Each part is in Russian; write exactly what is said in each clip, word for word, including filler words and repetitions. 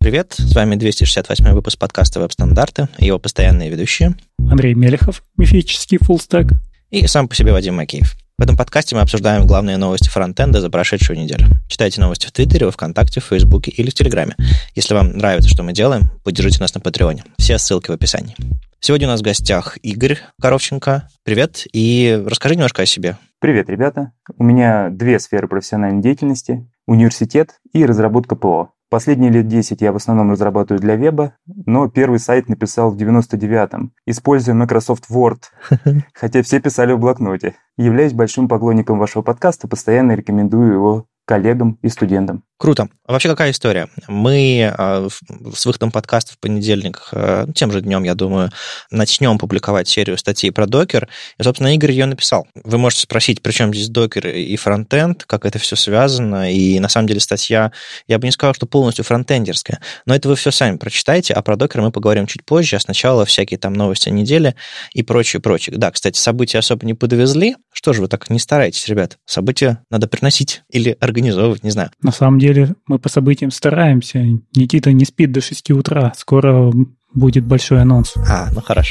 Привет, с вами двести шестьдесят восьмой выпуск подкаста «Веб-стандарты» и его постоянные ведущие Андрей Мелехов, мифический фуллстек, и сам по себе Вадим Макеев. В этом подкасте мы обсуждаем главные новости фронтенда за прошедшую неделю. Читайте новости в Твиттере, во Вконтакте, в Фейсбуке или в Телеграме. Если вам нравится, что мы делаем, поддержите нас на Патреоне. Все ссылки в описании. Сегодня у нас в гостях Игорь Коровченко. Привет, и расскажи немножко о себе. Привет, ребята. У меня две сферы профессиональной деятельности – университет и разработка ПО. Последние лет десять я в основном разрабатываю для веба, но первый сайт написал в девяносто девятом, используя Microsoft Word, хотя все писали в блокноте. Являюсь большим поклонником вашего подкаста, постоянно рекомендую его коллегам и студентам. Круто. А вообще какая история? Мы э, с выходом подкаста в понедельник, э, тем же днем, я думаю, начнем публиковать серию статей про докер. И, собственно, Игорь ее написал. Вы можете спросить, при чем здесь докер и фронтенд, как это все связано. И, на самом деле, статья, я бы не сказал, что полностью фронтендерская, но это вы все сами прочитаете, а про докер мы поговорим чуть позже, а сначала всякие там новости недели и прочее, прочее. Да, кстати, события особо не подвезли. Что же вы так не стараетесь, ребят? События надо приносить или организовывать, не знаю. На самом деле, мы по событиям стараемся. Никита не спит до шести утра. Скоро будет большой анонс. А, ну хорошо.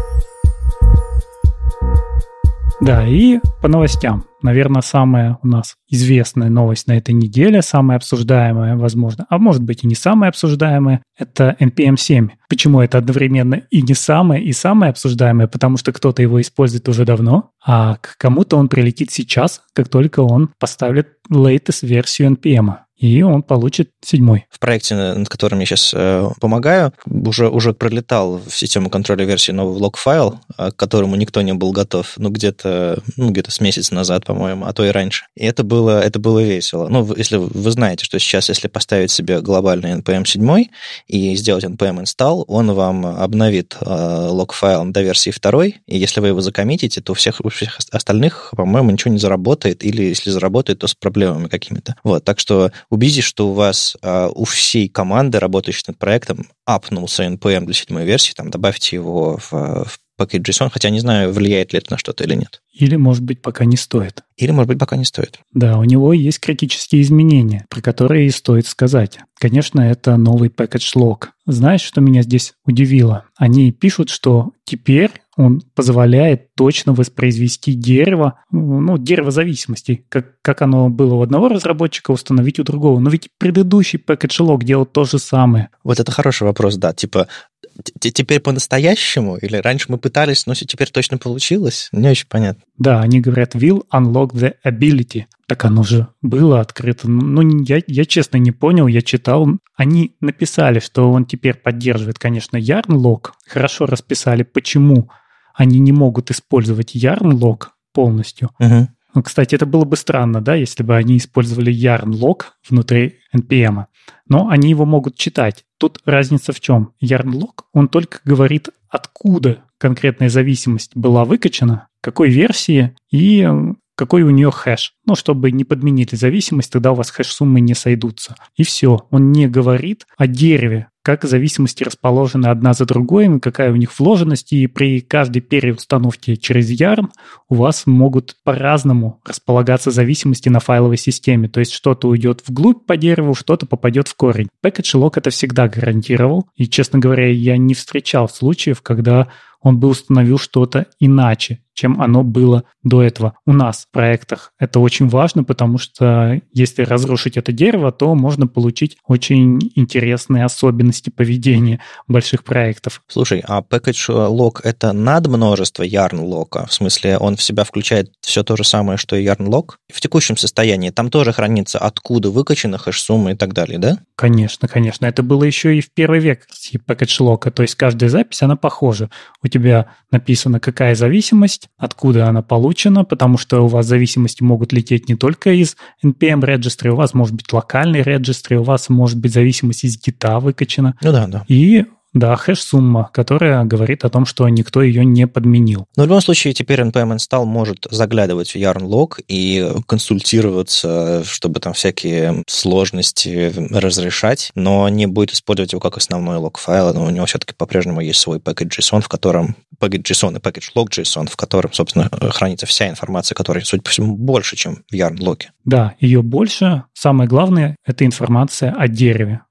Да, и по новостям. Наверное, самая у нас известная новость на этой неделе, самая обсуждаемая, возможно, а может быть и не самая обсуждаемая, это эн пи эм семь. Почему это одновременно и не самое, и самое обсуждаемое? Потому что кто-то его использует уже давно, а к кому-то он прилетит сейчас, как только он поставит latest версию эн пи эм. И он получит седьмой. В проекте, над которым я сейчас э, помогаю, уже, уже пролетал в систему контроля версии новый лог-файл, к которому никто не был готов, ну, где-то, ну, где-то с месяца назад, по-моему, а то и раньше. И это было, это было весело. Ну, если вы знаете, что сейчас, если поставить себе глобальный эн пи эм семь и сделать эн пи эм install, он вам обновит э, лог-файл до версии второй, и если вы его закоммитите, то у всех, у всех остальных, по-моему, ничего не заработает, или если заработает, то с проблемами какими-то. Вот, так что убедитесь, что у вас, у всей команды, работающей над проектом, апнулся эн пи эм для седьмой версии, там добавьте его в, в пакет JSON, хотя не знаю, влияет ли это на что-то или нет. Или, может быть, пока не стоит. Или, может быть, пока не стоит. Да, у него есть критические изменения, про которые и стоит сказать. Конечно, это новый package log. Знаешь, что меня здесь удивило? Они пишут, что теперь он позволяет точно воспроизвести дерево, ну, дерево зависимостей, как, как оно было у одного разработчика, установить у другого. Но ведь предыдущий package log делал то же самое. Вот это хороший вопрос, да. Типа, теперь по-настоящему? Или раньше мы пытались, но теперь точно получилось? Не очень понятно. Да, они говорят, will unlock the ability. Так оно же было открыто. Ну, я, я честно не понял, я читал. Они написали, что он теперь поддерживает, конечно, yarn log. Хорошо расписали, почему они не могут использовать yarn log полностью. Uh-huh. Ну, кстати, это было бы странно, да, если бы они использовали yarn log внутри эн пи эм. Но они его могут читать. Тут разница в чем? Yarn log, он только говорит, откуда конкретная зависимость была выкачана, какой версии и какой у нее хэш. Ну, чтобы не подменили зависимость, тогда у вас хэш-суммы не сойдутся. И все. Он не говорит о дереве, как зависимости расположены одна за другой, какая у них вложенность, и при каждой переустановке через yarn у вас могут по-разному располагаться зависимости на файловой системе. То есть что-то уйдет вглубь по дереву, что-то попадет в корень. Package log это всегда гарантировал, и, честно говоря, я не встречал случаев, когда он бы установил что-то иначе, чем оно было до этого. У нас в проектах это очень важно, потому что если разрушить это дерево, то можно получить очень интересные особенности поведения больших проектов. Слушай, а package log — это надмножество yarn log? В смысле, он в себя включает все то же самое, что и yarn log? В текущем состоянии там тоже хранится, откуда выкачана хэш-сумма и так далее, да? Конечно, конечно. Это было еще и в первой версии package log. То есть каждая запись, она похожа. У тебя написано, какая зависимость, откуда она получена, потому что у вас зависимости могут лететь не только из эн пи эм registry, у вас может быть локальный registry, у вас может быть зависимость из гита выкачана. Ну да, да. И да, хэш-сумма, которая говорит о том, что никто ее не подменил. Но в любом случае теперь эн пи эм install может заглядывать в yarn log и консультироваться, чтобы там всякие сложности разрешать, но не будет использовать его как основной лог-файл, но у него все-таки по-прежнему есть свой package JSON, в котором package JSON и package log JSON, в котором, собственно, хранится вся информация, которая, судя по всему, больше, чем в yarn log. Да, ее больше. Самое главное – это информация о дереве.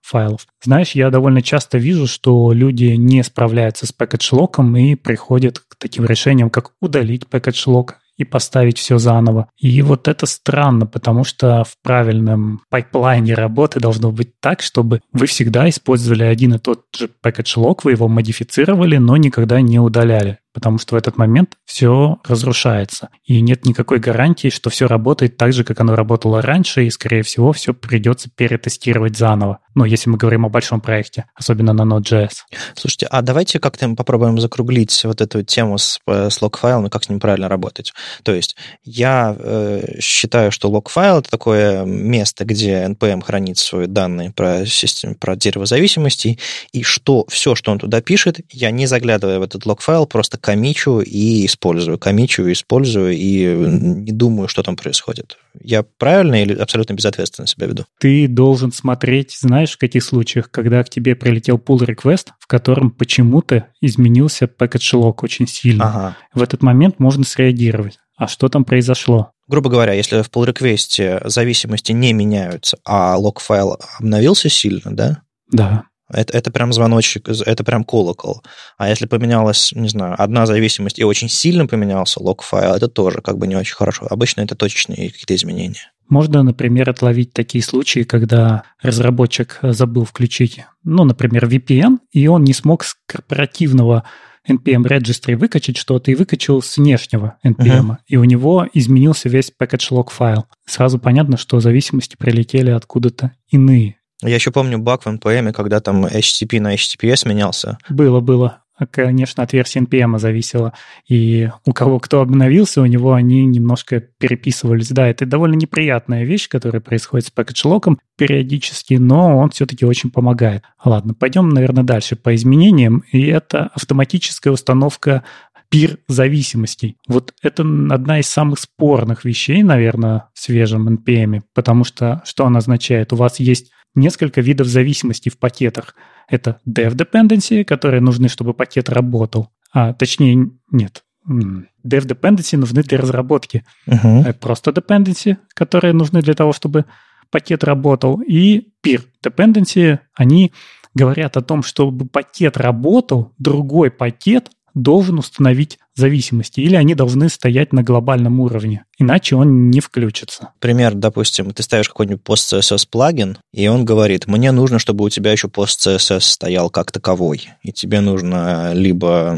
файлов. Знаешь, я довольно часто вижу, что люди не справляются с package-локом и приходят к таким решениям, как удалить package-лок и поставить все заново. И вот это странно, потому что в правильном пайплайне работы должно быть так, чтобы вы всегда использовали один и тот же package-лог, вы его модифицировали, но никогда не удаляли, потому что в этот момент все разрушается. И нет никакой гарантии, что все работает так же, как оно работало раньше, и, скорее всего, все придется перетестировать заново. Ну, если мы говорим о большом проекте, особенно на Node.js. Слушайте, а давайте как-то попробуем закруглить вот эту тему с, с лог-файлом и как с ним правильно работать. То есть я э, считаю, что лог-файл — это такое место, где эн пи эм хранит свои данные про систему, про дерево зависимостей, и что все, что он туда пишет, я не заглядывая в этот лог-файл, просто коммичу и использую, коммичу и использую, и не думаю, что там происходит. Я правильно или абсолютно безответственно себя веду? Ты должен смотреть, знаешь, в каких случаях, когда к тебе прилетел pull-request, в котором почему-то изменился package-лог очень сильно. Ага. В этот момент можно среагировать. А что там произошло? Грубо говоря, если в pull-request зависимости не меняются, а лог-файл обновился сильно, да? Да. Это, это прям звоночек, это прям колокол. А если поменялась, не знаю, одна зависимость и очень сильно поменялся лог-файл, это тоже как бы не очень хорошо. Обычно это точечные какие-то изменения. Можно, например, отловить такие случаи, когда разработчик забыл включить, ну, например, ви пи эн, и он не смог с корпоративного эн пи эм Registry выкачать что-то и выкачал с внешнего эн пи эм, uh-huh. и у него изменился весь package-log файл. Сразу понятно, что зависимости прилетели откуда-то иные. Я еще помню баг в эн пи эм, когда там эйч ти ти пи на эйч ти ти пи эс менялся. Было, было. Конечно, от версии эн пи эм зависело. И у кого кто обновился, у него они немножко переписывались. Да, это довольно неприятная вещь, которая происходит с package-локом периодически, но он все-таки очень помогает. Ладно, пойдем, наверное, дальше по изменениям. И это автоматическая установка пир-зависимостей. Вот это одна из самых спорных вещей, наверное, в свежем эн пи эм, потому что что она означает? У вас есть несколько видов зависимостей в пакетах. Это dev dependency, которые нужны, чтобы пакет работал. А, точнее, нет. Dev dependency нужны для разработки. Uh-huh. Просто dependency, которые нужны для того, чтобы пакет работал. И peer dependency, они говорят о том, чтобы пакет работал, другой пакет должен установить зависимости, или они должны стоять на глобальном уровне, иначе он не включится. Пример, допустим, ты ставишь какой-нибудь post-си эс эс плагин, и он говорит, мне нужно, чтобы у тебя еще post-си эс эс стоял как таковой, и тебе нужно либо...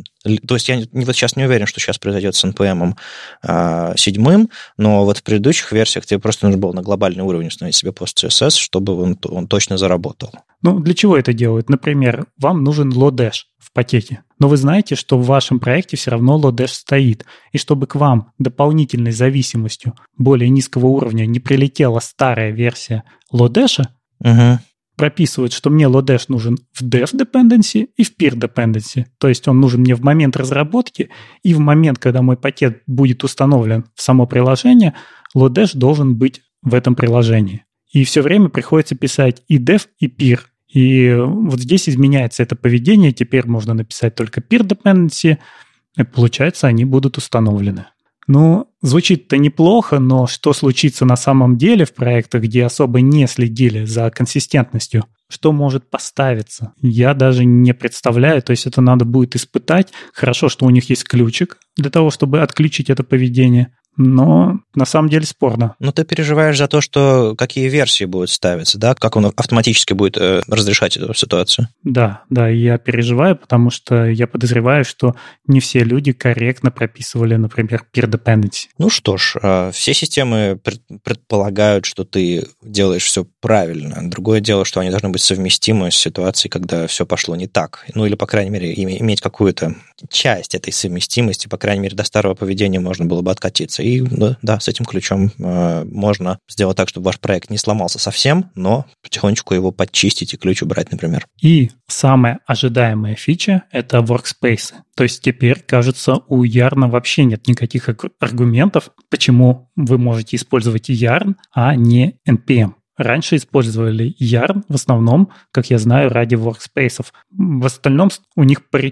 То есть я вот сейчас не уверен, что сейчас произойдет с эн пи эм а, седьмым, но вот в предыдущих версиях тебе просто нужно было на глобальный уровень установить себе post-си эс эс, чтобы он, он точно заработал. Ну, для чего это делают? Например, вам нужен Lodash в пакете, но вы знаете, что в вашем проекте все равно Lodash стоит, и чтобы к вам дополнительной зависимостью более низкого уровня не прилетела старая версия Lodash, угу. прописывают, что мне Lodash нужен в dev dependency и в peer dependency. То есть он нужен мне в момент разработки, и в момент, когда мой пакет будет установлен в само приложение, Lodash должен быть в этом приложении. И все время приходится писать и dev, и peer. И вот здесь изменяется это поведение. Теперь можно написать только peer dependency, и получается, они будут установлены. Ну, звучит-то неплохо, но что случится на самом деле в проектах, где особо не следили за консистентностью? Что может поставиться? Я даже не представляю, то есть это надо будет испытать. Хорошо, что у них есть ключик для того, чтобы отключить это поведение, но на самом деле спорно. Ну, ты переживаешь за то, что какие версии будут ставиться, да? Как он автоматически будет э, разрешать эту ситуацию? Да, да, я переживаю, потому что я подозреваю, что не все люди корректно прописывали, например, peer dependency. Ну что ж, э, все системы предполагают, что ты делаешь все правильно. Другое дело, что они должны быть совместимы с ситуацией, когда все пошло не так. Ну, или, по крайней мере, иметь какую-то часть этой совместимости, по крайней мере, до старого поведения можно было бы откатиться. И да, да, с этим ключом э, можно сделать так, чтобы ваш проект не сломался совсем, но потихонечку его подчистить и ключ убрать, например. И самая ожидаемая фича — это workspace. То есть теперь, кажется, у Yarn вообще нет никаких аргументов, почему вы можете использовать Yarn, а не эн пи эм. Раньше использовали Yarn в основном, как я знаю, ради workspace'ов. В остальном у них паритет.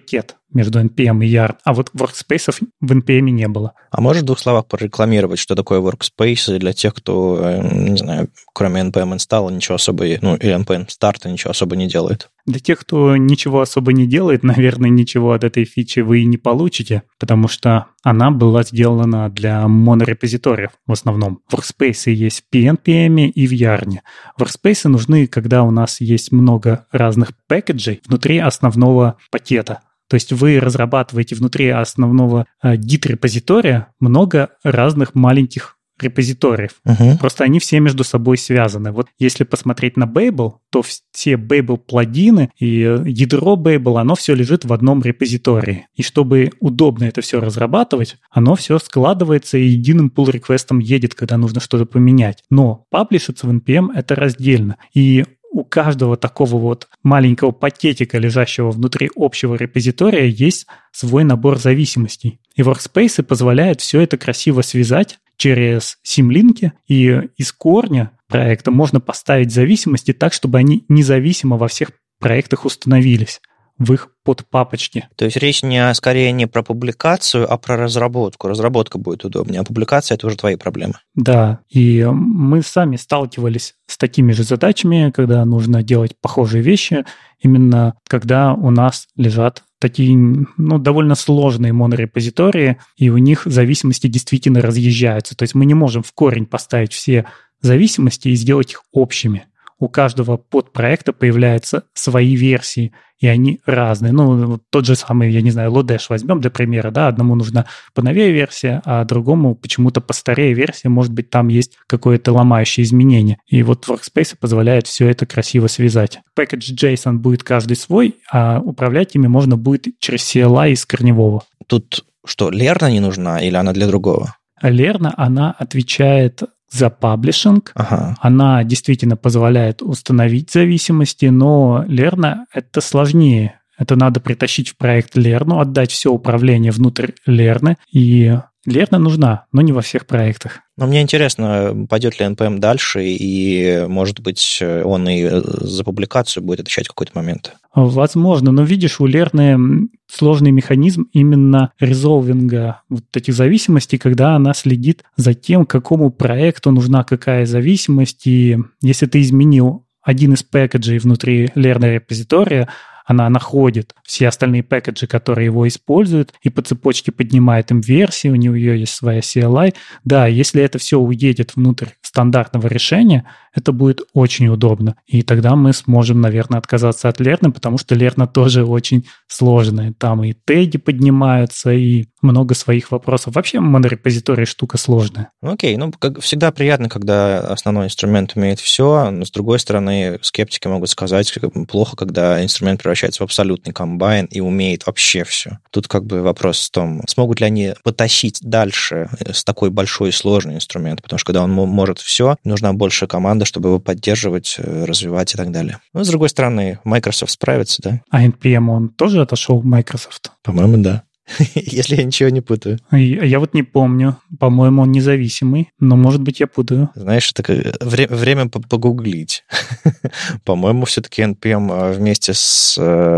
между эн пи эм и ярн, а вот workspace в эн пи эм не было. А можешь в двух словах прорекламировать, что такое workspace для тех, кто, не знаю, кроме эн пи эм install ничего особо, ну, и эн пи эм старта ничего особо не делает? Для тех, кто ничего особо не делает, наверное, ничего от этой фичи вы и не получите, потому что она была сделана для монорепозиториев в основном. Workspace есть в пи эн пи эм и в ярн. Workspace нужны, когда у нас есть много разных пэкэджей внутри основного пакета. То есть вы разрабатываете внутри основного э, Git-репозитория много разных маленьких репозиториев. Uh-huh. Просто они все между собой связаны. Вот если посмотреть на Babel, то все Babel-плагины и ядро Babel, оно все лежит в одном репозитории. И чтобы удобно это все разрабатывать, оно все складывается и единым pull-реквестом едет, когда нужно что-то поменять. Но паблишиться в эн пи эм это раздельно. И у каждого такого вот маленького пакетика, лежащего внутри общего репозитория, есть свой набор зависимостей. И Workspace позволяет все это красиво связать через симлинки, и из корня проекта можно поставить зависимости так, чтобы они независимо во всех проектах установились в их подпапочке. То есть речь не, скорее не про публикацию, а про разработку. Разработка будет удобнее, а публикация – это уже твои проблемы. Да, и мы сами сталкивались с такими же задачами, когда нужно делать похожие вещи, именно когда у нас лежат такие, ну, довольно сложные монорепозитории, и у них зависимости действительно разъезжаются. То есть мы не можем в корень поставить все зависимости и сделать их общими. У каждого подпроекта появляются свои версии, и они разные. Ну, тот же самый, я не знаю, Lodash возьмем для примера, да, одному нужна поновее версия, а другому почему-то постарее версия, может быть, там есть какое-то ломающее изменение. И вот Workspace позволяет все это красиво связать. Package JSON будет каждый свой, а управлять ими можно будет через си эл ай из корневого. Тут что, Lerna не нужна или она для другого? Lerna, она отвечает за паблишинг. Ага. Она действительно позволяет установить зависимости, но Lerna — это сложнее. Это надо притащить в проект Lerna, отдать все управление внутрь Lerna, и Lerna нужна, но не во всех проектах. Но мне интересно, пойдет ли эн пи эм дальше, и, может быть, он и за публикацию будет отвечать в какой-то момент. Возможно, но видишь, у Lerna сложный механизм именно резолвинга вот этих зависимостей, когда она следит за тем, какому проекту нужна какая зависимость, и если ты изменил один из пэкэджей внутри Lerna репозитория, она находит все остальные пэкэджи, которые его используют, и по цепочке поднимает им версии, у нее есть своя си эл ай. Да, если это все уедет внутрь стандартного решения, это будет очень удобно. И тогда мы сможем, наверное, отказаться от Lerna, потому что Lerna тоже очень сложная. Там и теги поднимаются, и много своих вопросов. Вообще монорепозиторий штука сложная. Окей, ну, как всегда приятно, когда основной инструмент умеет все, но, с другой стороны, скептики могут сказать, плохо, когда инструмент превращается в абсолютный комбайн и умеет вообще все. Тут как бы вопрос в том, смогут ли они потащить дальше с такой большой и сложный инструмент, потому что когда он может все, нужна больше команда, чтобы его поддерживать, развивать и так далее. Но, с другой стороны, Microsoft справится, да? А эн пи эм, он тоже отошел в Microsoft? По-моему, да. Если я ничего не путаю. Я, я вот не помню. По-моему, он независимый, но, может быть, я путаю. Знаешь, это вре- время погуглить. По-моему, все-таки эн пи эм вместе с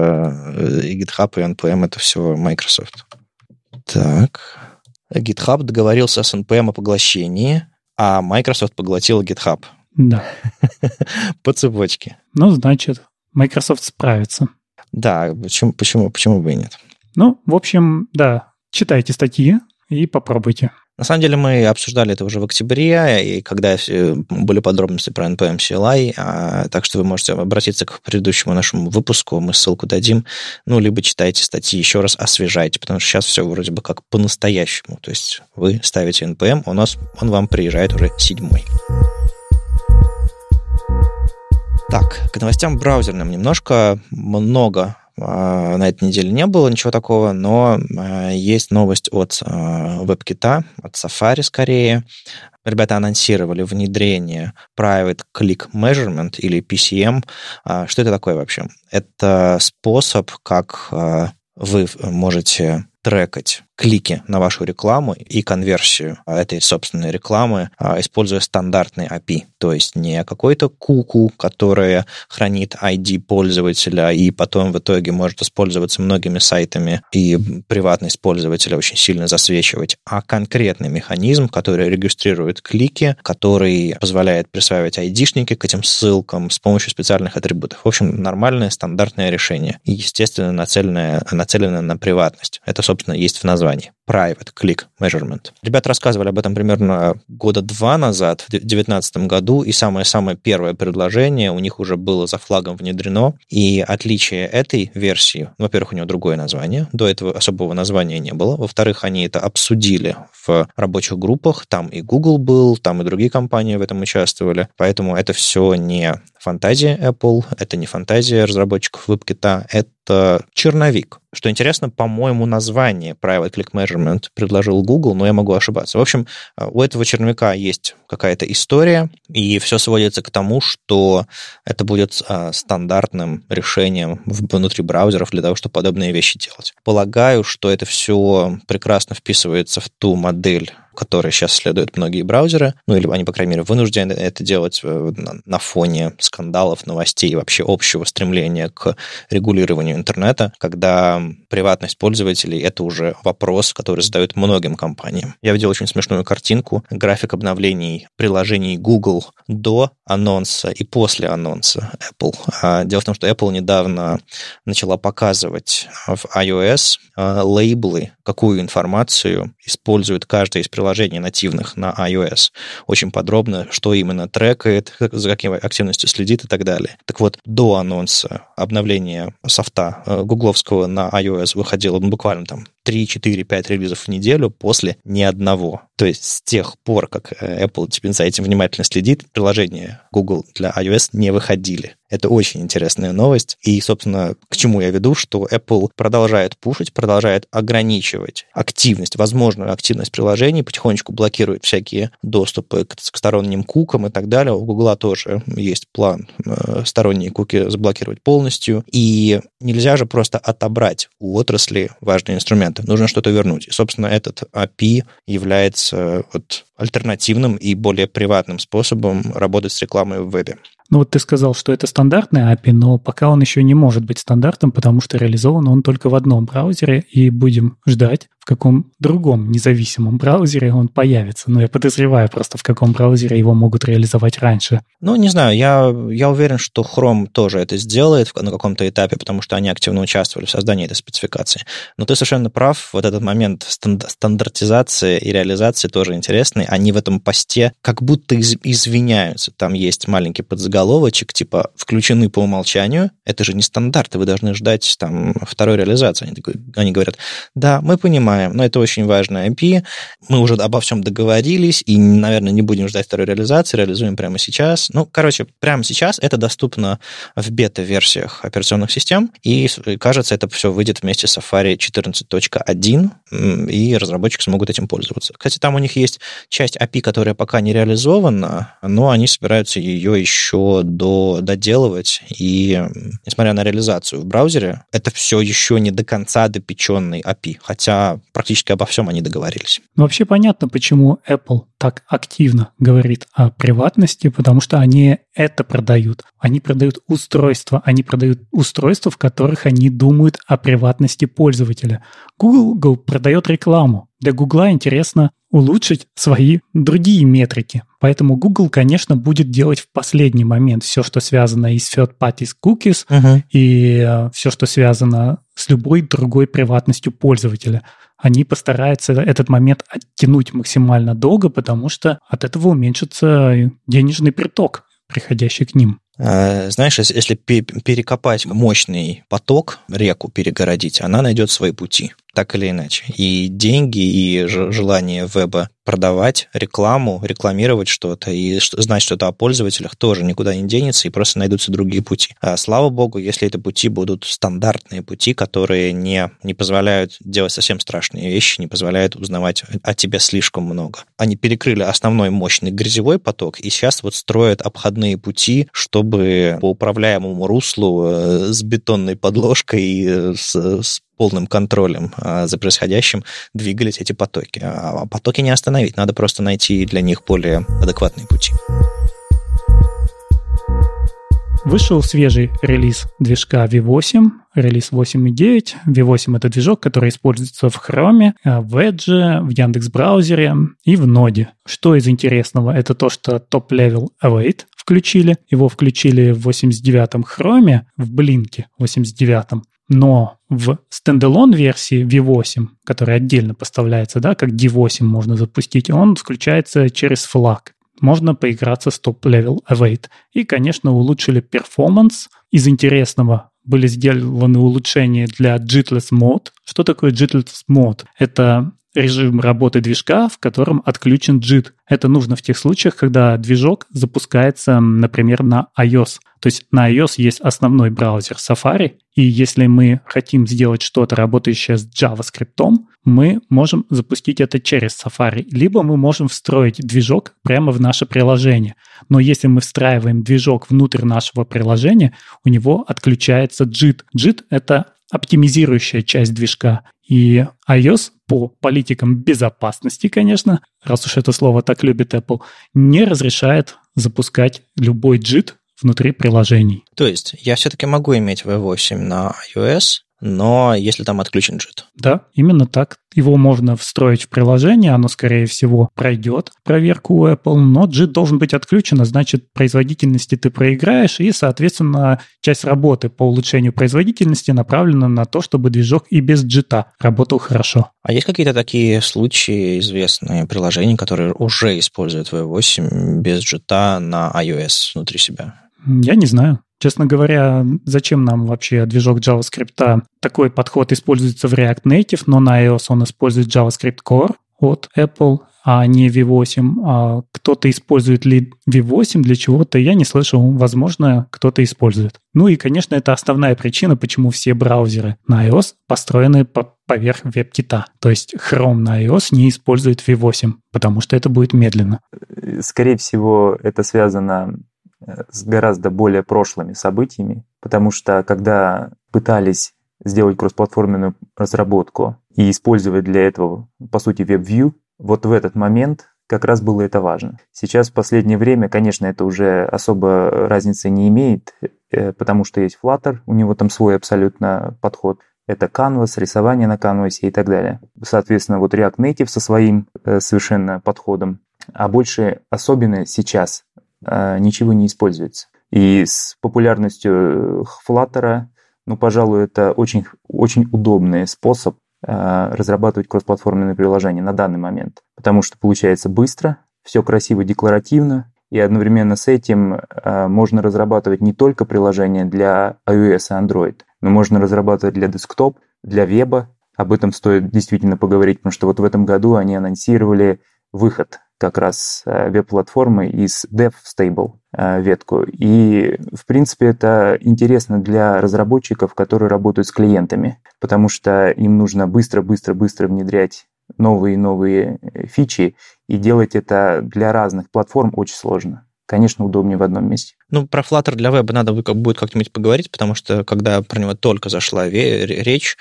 э, GitHub и эн пи эм это все Microsoft. Так. GitHub договорился с эн пи эм о поглощении, а Microsoft поглотила GitHub. Да. По цепочке. Ну, значит, Microsoft справится. Да, почему, почему, почему бы и нет? Ну, в общем, да, читайте статьи и попробуйте. На самом деле мы обсуждали это уже в октябре, и когда были подробности про эн пи эм си эл ай, так что вы можете обратиться к предыдущему нашему выпуску, мы ссылку дадим, ну, либо читайте статьи, еще раз освежайте, потому что сейчас все вроде бы как по-настоящему. То есть вы ставите эн пи эм, у нас он вам приезжает уже седьмой. Так, к новостям браузерным немножко много на этой неделе не было ничего такого, но есть новость от WebKit, от Safari скорее. Ребята анонсировали внедрение Private Click Measurement или пи си эм. Что это такое вообще? Это способ, как вы можете трекать клики на вашу рекламу и конверсию этой собственной рекламы, используя стандартный эй пи. То есть не какой-то куку, которая хранит ай ди пользователя и потом в итоге может использоваться многими сайтами и приватность пользователя очень сильно засвечивать, а конкретный механизм, который регистрирует клики, который позволяет присваивать айдишники к этим ссылкам с помощью специальных атрибутов. В общем, нормальное стандартное решение и, естественно, нацеленное, нацеленное на приватность. Это, собственно, есть в названии. Private Click Measurement. Ребята рассказывали об этом примерно года два назад, в две тысячи девятнадцатом году, и самое-самое первое предложение у них уже было за флагом внедрено, и отличие этой версии, во-первых, у нее другое название, до этого особого названия не было, во-вторых, они это обсудили в рабочих группах, там и Google был, там и другие компании в этом участвовали, поэтому это все не фантазия Apple, это не фантазия разработчиков WebKit, это черновик. Что интересно, по-моему, название Private Click Measurement предложил Google, но я могу ошибаться. В общем, у этого черновика есть какая-то история, и все сводится к тому, что это будет стандартным решением внутри браузеров для того, чтобы подобные вещи делать. Полагаю, что это все прекрасно вписывается в ту модель, которой сейчас следуют многие браузеры, ну или они, по крайней мере, вынуждены это делать на фоне скандалов, новостей и вообще общего стремления к регулированию интернета, когда приватность пользователей — это уже вопрос, который задают многим компаниям. Я видел очень смешную картинку, график обновлений приложений Google до анонса и после анонса Apple. Дело в том, что Apple недавно начала показывать в iOS лейблы, какую информацию использует каждое из приложений нативных на iOS. Очень подробно, что именно трекает, за какой активностью следит и так далее. Так вот, до анонса обновления софта гугловского на iOS выходило ну, буквально там три, четыре, пять релизов в неделю, после ни одного. То есть с тех пор, как Apple теперь за этим внимательно следит, приложения Google для iOS не выходили. Это очень интересная новость. И, собственно, к чему я веду, что Apple продолжает пушить, продолжает ограничивать активность, возможную активность приложений, потихонечку блокирует всякие доступы к, к сторонним кукам и так далее. У Google тоже есть план э, сторонние куки заблокировать полностью. И нельзя же просто отобрать у отрасли важные инструменты. Нужно что-то вернуть. И, собственно, этот эй пи является вот альтернативным и более приватным способом работать с рекламой в вебе. Ну вот ты сказал, что это стандартный эй пи, но пока он еще не может быть стандартом, потому что реализован он только в одном браузере, и будем ждать, в каком другом независимом браузере он появится. Но я подозреваю просто, в каком браузере его могут реализовать раньше. Ну, не знаю, я, я уверен, что Chrome тоже это сделает на каком-то этапе, потому что они активно участвовали в создании этой спецификации. Но ты совершенно прав, вот этот момент стандартизации и реализации тоже интересный. Они в этом посте как будто из, извиняются. Там есть маленький подзаголовочек, типа «включены по умолчанию». Это же не стандарты, вы должны ждать там второй реализации. Они, они говорят, да, мы понимаем, но это очень важный эй пи, мы уже обо всем договорились, и, наверное, не будем ждать второй реализации, реализуем прямо сейчас. Ну, короче, прямо сейчас это доступно в бета-версиях операционных систем, и, кажется, это все выйдет вместе с Safari четырнадцать точка один, и разработчики смогут этим пользоваться. Кстати, там у них есть часть эй пи, которая пока не реализована, но они собираются ее еще до, доделывать, и, несмотря на реализацию в браузере, это все еще не до конца допеченный эй пи, хотя практически обо всем они договорились. Ну, вообще понятно, почему Apple так активно говорит о приватности, потому что они это продают. Они продают устройства, они продают устройства, в которых они думают о приватности пользователя. Google продает рекламу. Для Google интересно улучшить свои другие метрики. Поэтому Google, конечно, будет делать в последний момент все, что связано и с third-party cookies, uh-huh. и э, все, что связано с любой другой приватностью пользователя. Они постараются этот момент оттянуть максимально долго, потому что от этого уменьшится денежный приток, приходящий к ним. Знаешь, если перекопать мощный поток, реку перегородить, она найдет свои пути, так или иначе. И деньги, и желание веба продавать рекламу, рекламировать что-то и знать что-то о пользователях тоже никуда не денется, и просто найдутся другие пути. А, слава богу, если эти пути будут стандартные пути, которые не, не позволяют делать совсем страшные вещи, не позволяют узнавать о тебе слишком много. Они перекрыли основной мощный грязевой поток, и сейчас вот строят обходные пути, чтобы по управляемому руслу э, с бетонной подложкой и э, с, с полным контролем э, за происходящим двигались эти потоки. А потоки не остановить, надо просто найти для них более адекватные пути. Вышел свежий релиз движка ви восемь, релиз восемь и девять. ви восемь — это движок, который используется в Chrome, в Edge, в Яндекс.Браузере и в ноде. Что из интересного? Это то, что Top-Level Await включили. Его включили в восемьдесят девятом Chrome, в Blink восемьдесят девятом. Но в стендалон версии ви восемь, которая отдельно поставляется, да, как ди восемь можно запустить, он включается через флаг. Можно поиграться с Top-Level Await. И, конечно, улучшили перформанс. Из интересного были сделаны улучшения для Jitless Mode. Что такое Jitless Mode? Это режим работы движка, в котором отключен джит. Это нужно в тех случаях, когда движок запускается, например, на iOS. То есть на iOS есть основной браузер Safari, и если мы хотим сделать что-то, работающее с JavaScript, мы можем запустить это через Safari, либо мы можем встроить движок прямо в наше приложение. Но если мы встраиваем движок внутрь нашего приложения, у него отключается джит. джит — это оптимизирующая часть движка. И iOS по политикам безопасности, конечно, раз уж это слово так любит Apple, не разрешает запускать любой джит внутри приложений. То есть я все-таки могу иметь ви восемь на iOS, но если там отключен джит. Да, именно так. Его можно встроить в приложение, оно, скорее всего, пройдет проверку у Apple, но джит должен быть отключен, значит, производительности ты проиграешь, и, соответственно, часть работы по улучшению производительности направлена на то, чтобы движок и без джита работал хорошо. А есть какие-то такие случаи, известные приложения, которые уже используют ви восемь без джита на iOS внутри себя? Я не знаю. Честно говоря, зачем нам вообще движок JavaScript? Такой подход используется в React Native, но на iOS он использует JavaScript Core от Apple, а не ви восемь. А кто-то использует ли ви восемь для чего-то, я не слышал. Возможно, кто-то использует. Ну и, конечно, это основная причина, почему все браузеры на iOS построены по поверх WebKit. То есть Chrome на iOS не использует ви восемь, потому что это будет медленно. Скорее всего, это связано с гораздо более прошлыми событиями, потому что когда пытались сделать кроссплатформенную разработку и использовать для этого, по сути, WebView, вот в этот момент как раз было это важно. Сейчас в последнее время, конечно, это уже особо разницы не имеет, потому что есть Flutter, у него там свой абсолютно подход. Это Canvas, рисование на Canvas и так далее. Соответственно, вот React Native со своим совершенно подходом. А больше особенно сейчас ничего не используется. И с популярностью Flutter, ну, пожалуй, это очень, очень удобный способ разрабатывать кроссплатформенные приложения на данный момент. Потому что получается быстро, все красиво, декларативно, и одновременно с этим можно разрабатывать не только приложения для iOS и Android, но можно разрабатывать для десктоп, для веба. Об этом стоит действительно поговорить, потому что вот в этом году они анонсировали выход как раз веб-платформы из DevStable ветку. И, в принципе, это интересно для разработчиков, которые работают с клиентами, потому что им нужно быстро-быстро-быстро внедрять новые и новые фичи, и делать это для разных платформ очень сложно. Конечно, удобнее в одном месте. Ну, про Flutter для веба надо будет как-нибудь поговорить, потому что, когда про него только зашла речь,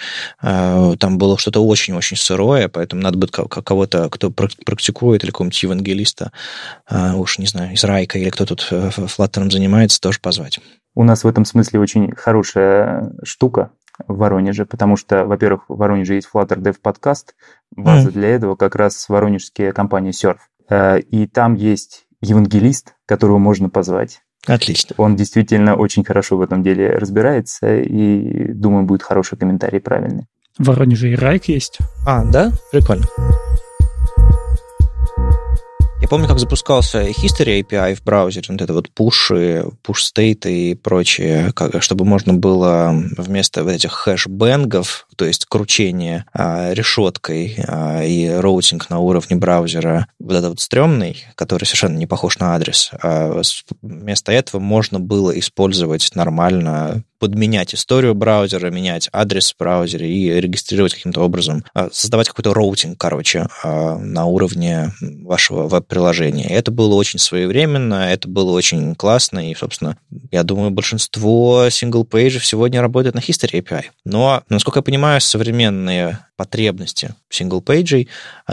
там было что-то очень-очень сырое, поэтому надо будет кого-то, кто практикует, или какого-нибудь евангелиста, уж не знаю, из Райка, или кто тут Flutter занимается, тоже позвать. У нас в этом смысле очень хорошая штука в Воронеже, потому что, во-первых, в Воронеже есть Flutter Dev подкаст, база mm. для этого как раз воронежская компания Surf. И там есть евангелист, которого можно позвать. Отлично. Он действительно очень хорошо в этом деле разбирается, и, думаю, будет хороший комментарий, правильный. В Воронеже и Райк есть. А, да? Прикольно. Я помню, как запускался History эй пи ай в браузере, вот это вот push, push state и прочее, как, чтобы можно было вместо вот этих хэшбэнгов, то есть кручение а, решеткой а, и роутинг на уровне браузера, вот этот вот стрёмный, который совершенно не похож на адрес, а вместо этого можно было использовать нормально, подменять историю браузера, менять адрес в браузере и регистрировать каким-то образом, создавать какой-то роутинг, короче, на уровне вашего веб-приложения. Это было очень своевременно, это было очень классно, и, собственно, я думаю, большинство сингл-пейджев сегодня работает на History эй пи ай. Но, насколько я понимаю, современные потребности сингл-пейджей,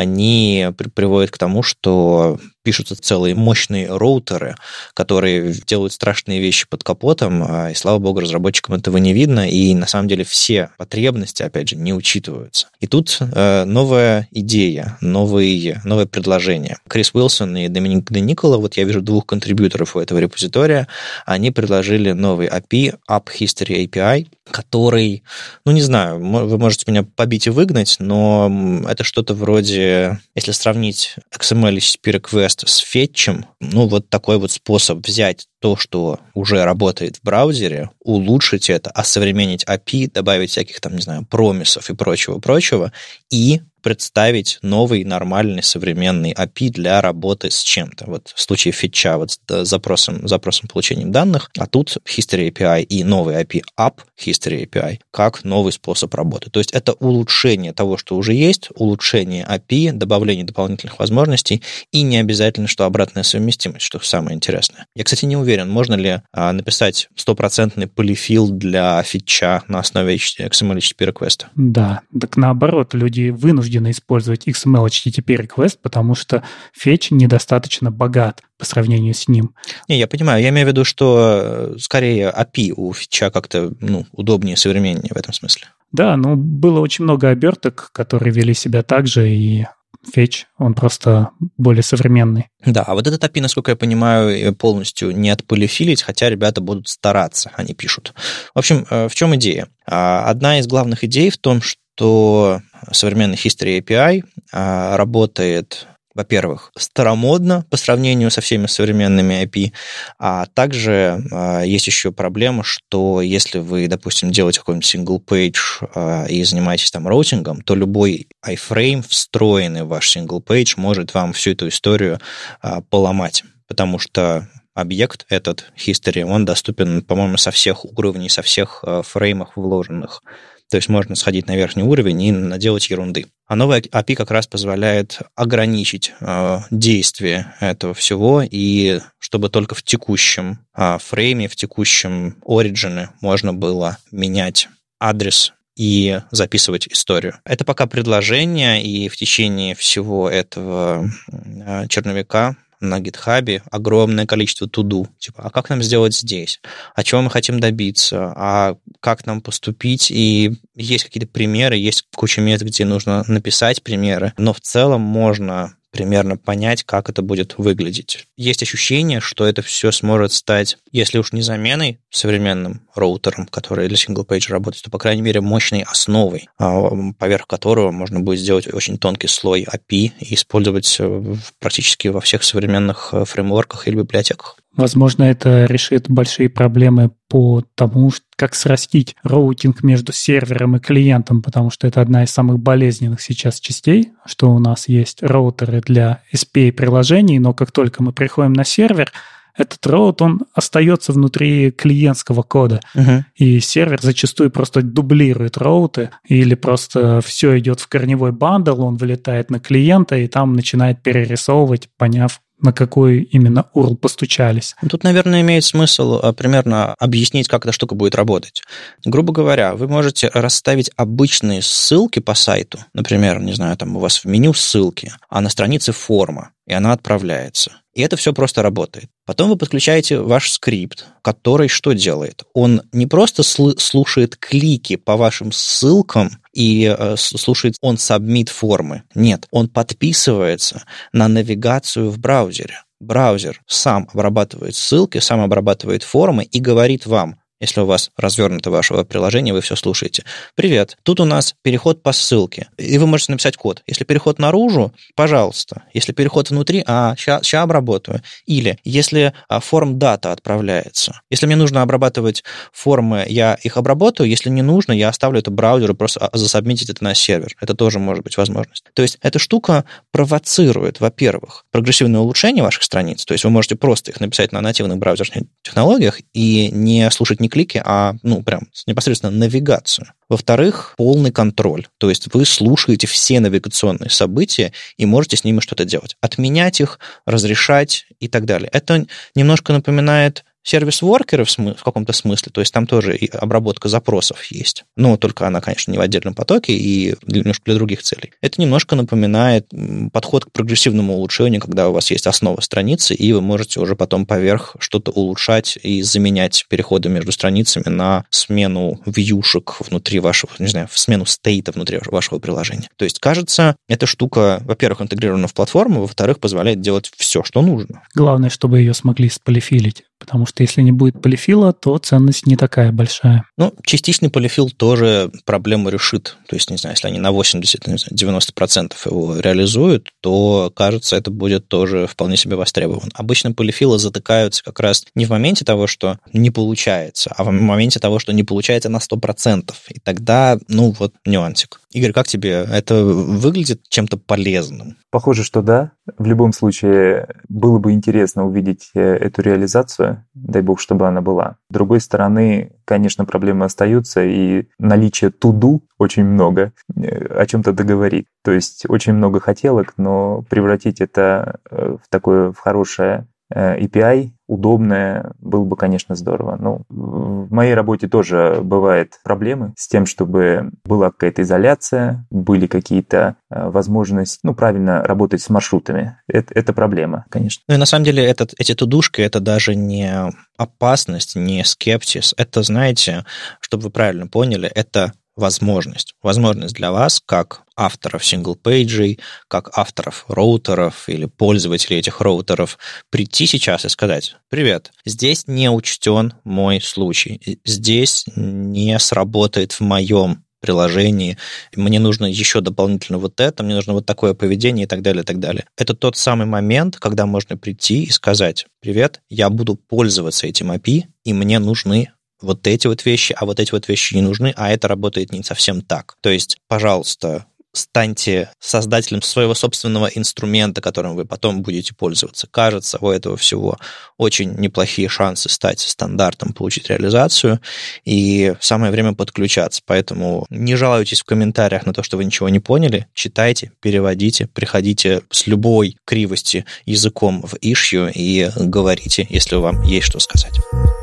они приводят к тому, что пишутся целые мощные роутеры, которые делают страшные вещи под капотом, и, слава богу, разработчикам этого не видно, и на самом деле все потребности, опять же, не учитываются. И тут э, новая идея, новые, новое предложение. Крис Уилсон и Доминик Де Никола, вот я вижу двух контрибьюторов у этого репозитория, они предложили новый эй пи ай, App History эй пи ай, который, ну, не знаю, вы можете меня побить и выгнать, но это что-то вроде, если сравнить икс эм эль эйч ти ти пи request с фетчем, ну, вот такой вот способ взять то, что уже работает в браузере, улучшить это, осовременить эй пи ай, добавить всяких там, не знаю, промисов и прочего-прочего, и представить новый, нормальный, современный эй пи ай для работы с чем-то. Вот в случае фетча, вот с запросом, запросом получением данных, а тут History эй пи ай и новый эй пи ай, App History эй пи ай, как новый способ работы. То есть это улучшение того, что уже есть, улучшение эй пи ай, добавление дополнительных возможностей, и не обязательно, что обратная совместимость, что самое интересное. Я, кстати, не уверен, можно ли а, написать стопроцентный полифил для фетча на основе икс эм эль эйч ти ти пи request. Да, так наоборот, люди вынуждены использовать икс эм эль эйч ти ти пи request, потому что фетч недостаточно богат по сравнению с ним. Не, я понимаю, я имею в виду, что скорее эй пи ай у фетча как-то ну, удобнее, современнее в этом смысле. Да, ну было очень много оберток, которые вели себя так же, и фетч, он просто более современный. Да, а вот этот эй пи ай, насколько я понимаю, полностью не отполифилить, хотя ребята будут стараться, они пишут. В общем, в чем идея? Одна из главных идей в том, что современный History эй пи ай работает, во-первых, старомодно по сравнению со всеми современными эй пи ай, а также есть еще проблема, что если вы, допустим, делаете какой-нибудь single-page и занимаетесь там роутингом, то любой iframe, встроенный в ваш single-page, может вам всю эту историю поломать, потому что объект этот, history, он доступен, по-моему, со всех уровней, со всех фреймов вложенных. То есть можно сходить на верхний уровень и наделать ерунды. А новый эй пи ай как раз позволяет ограничить э, действие этого всего, и чтобы только в текущем э, фрейме, в текущем оригине можно было менять адрес и записывать историю. Это пока предложение, и в течение всего этого э, черновика на GitHub огромное количество to-do. Типа, а как нам сделать здесь? А чего мы хотим добиться? А как нам поступить? И есть какие-то примеры, есть куча мест, где нужно написать примеры, но в целом можно примерно понять, как это будет выглядеть. Есть ощущение, что это все сможет стать, если уж не заменой современным роутером, который для сингл-пейджа работает, то, по крайней мере, мощной основой, поверх которого можно будет сделать очень тонкий слой эй пи ай и использовать практически во всех современных фреймворках или библиотеках. Возможно, это решит большие проблемы по тому, как срастить роутинг между сервером и клиентом, потому что это одна из самых болезненных сейчас частей, что у нас есть роутеры для эс пи эй-приложений, но как только мы приходим на сервер, этот роут, он остается внутри клиентского кода. Uh-huh. И сервер зачастую просто дублирует роуты, или просто все идет в корневой бандл, он вылетает на клиента и там начинает перерисовывать, поняв, на какой именно ю ар эл постучались. Тут, наверное, имеет смысл примерно объяснить, как эта штука будет работать. Грубо говоря, вы можете расставить обычные ссылки по сайту. Например, не знаю, там у вас в меню ссылки, а на странице форма, и она отправляется. И это все просто работает. Потом вы подключаете ваш скрипт, который что делает? Он не просто сл- слушает клики по вашим ссылкам и э, слушает он submit формы. Нет, он подписывается на навигацию в браузере. Браузер сам обрабатывает ссылки, сам обрабатывает формы и говорит вам, если у вас развернуто ваше приложение, вы все слушаете. Привет, тут у нас переход по ссылке, и вы можете написать код. Если переход наружу, пожалуйста. Если переход внутри, а, сейчас обработаю. Или если форм дата отправляется. Если мне нужно обрабатывать формы, я их обработаю. Если не нужно, я оставлю это браузеру, просто засабмитить это на сервер. Это тоже может быть возможность. То есть эта штука провоцирует, во-первых, прогрессивное улучшение ваших страниц. То есть вы можете просто их написать на нативных браузерных технологиях и не слушать не клики, а ну прям непосредственно навигацию. Во-вторых, полный контроль. То есть вы слушаете все навигационные события и можете с ними что-то делать. Отменять их, разрешать и так далее. Это немножко напоминает сервис-воркеры в, смы- в каком-то смысле, то есть там тоже и обработка запросов есть. Но только она, конечно, не в отдельном потоке и для, немножко для других целей. Это немножко напоминает подход к прогрессивному улучшению, когда у вас есть основа страницы, и вы можете уже потом поверх что-то улучшать и заменять переходы между страницами на смену вьюшек внутри вашего, не знаю, в смену стейта внутри вашего приложения. То есть, кажется, эта штука, во-первых, интегрирована в платформу, во-вторых, позволяет делать все, что нужно. Главное, чтобы ее смогли сполифилить. Потому что если не будет полифила, то ценность не такая большая. Ну, частичный полифил тоже проблему решит. То есть, не знаю, если они на восемьдесят, не знаю, девяносто процентов его реализуют, то, кажется, это будет тоже вполне себе востребован. Обычно полифилы затыкаются как раз не в моменте того, что не получается, а в моменте того, что не получается на сто процентов. И тогда, ну, вот нюансик. Игорь, как тебе это выглядит чем-то полезным? Похоже, что да. В любом случае, было бы интересно увидеть эту реализацию, дай бог, чтобы она была. С другой стороны, конечно, проблемы остаются, и наличие to-do очень много о чем-то договорит. То есть очень много хотелок, но превратить это в такое, в хорошее эй пи ай, удобное, было бы, конечно, здорово. Но в моей работе тоже бывают проблемы с тем, чтобы была какая-то изоляция, были какие-то возможности, ну, правильно работать с маршрутами. Это, это проблема, конечно. Ну и на самом деле этот, эти тудушки, это даже не опасность, не скепсис. Это, знаете, чтобы вы правильно поняли, это возможность. Возможность для вас, как авторов сингл-пейджей, как авторов роутеров или пользователей этих роутеров, прийти сейчас и сказать: привет, здесь не учтен мой случай, здесь не сработает в моем приложении, мне нужно еще дополнительно вот это, мне нужно вот такое поведение и так далее, и так далее. Это тот самый момент, когда можно прийти и сказать: привет, я буду пользоваться этим эй пи ай, и мне нужны вот эти вот вещи, а вот эти вот вещи не нужны, а это работает не совсем так. То есть, пожалуйста, станьте создателем своего собственного инструмента, которым вы потом будете пользоваться. Кажется, у этого всего очень неплохие шансы стать стандартом, получить реализацию, и самое время подключаться. Поэтому не жалуйтесь в комментариях на то, что вы ничего не поняли. Читайте, переводите, приходите с любой кривости языком в issue и говорите, если вам есть что сказать.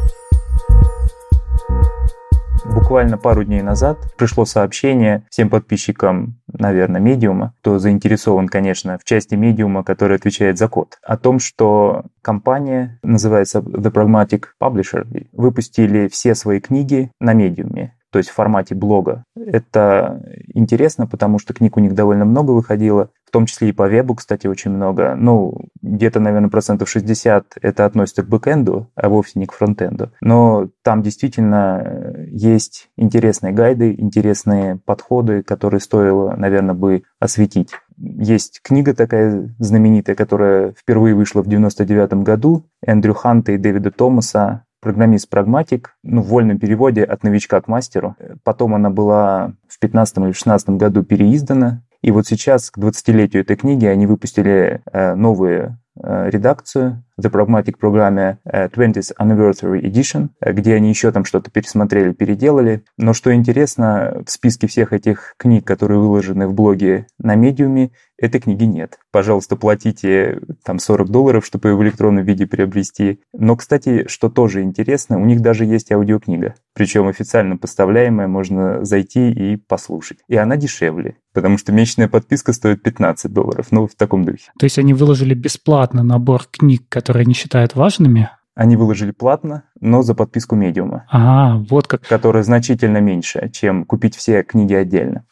Буквально пару дней назад пришло сообщение всем подписчикам, наверное, Медиума, кто заинтересован, конечно, в части Медиума, который отвечает за код, о том, что компания, называется The Pragmatic Publisher, выпустили все свои книги на Медиуме, то есть в формате блога. Это интересно, потому что книг у них довольно много выходило, в том числе и по вебу, кстати, очень много. Ну, где-то, наверное, процентов шестьдесят это относится к бэкэнду, а вовсе не к фронтенду. Но там действительно есть интересные гайды, интересные подходы, которые стоило, наверное, бы осветить. Есть книга такая знаменитая, которая впервые вышла в девяносто девятом году, Эндрю Ханта и Дэвида Томаса, «Программист-прагматик», ну, в вольном переводе «От новичка к мастеру». Потом она была в пятнадцатом или шестнадцатом году переиздана. И вот сейчас, к двадцатилетию этой книги, они выпустили э, новую э, редакцию The Pragmatic программе э, twentieth Anniversary Edition, э, где они еще там что-то пересмотрели, переделали. Но что интересно, в списке всех этих книг, которые выложены в блоге на Медиуме, этой книги нет. Пожалуйста, платите там сорок долларов, чтобы ее в электронном виде приобрести. Но, кстати, что тоже интересно, у них даже есть аудиокнига. Причем официально поставляемая, можно зайти и послушать. И она дешевле, потому что месячная подписка стоит пятнадцать долларов. Ну, в таком духе. То есть они выложили бесплатно набор книг, которые они считают важными? Они выложили платно, но за подписку Медиума. А, вот как. Которая значительно меньше, чем купить все книги отдельно.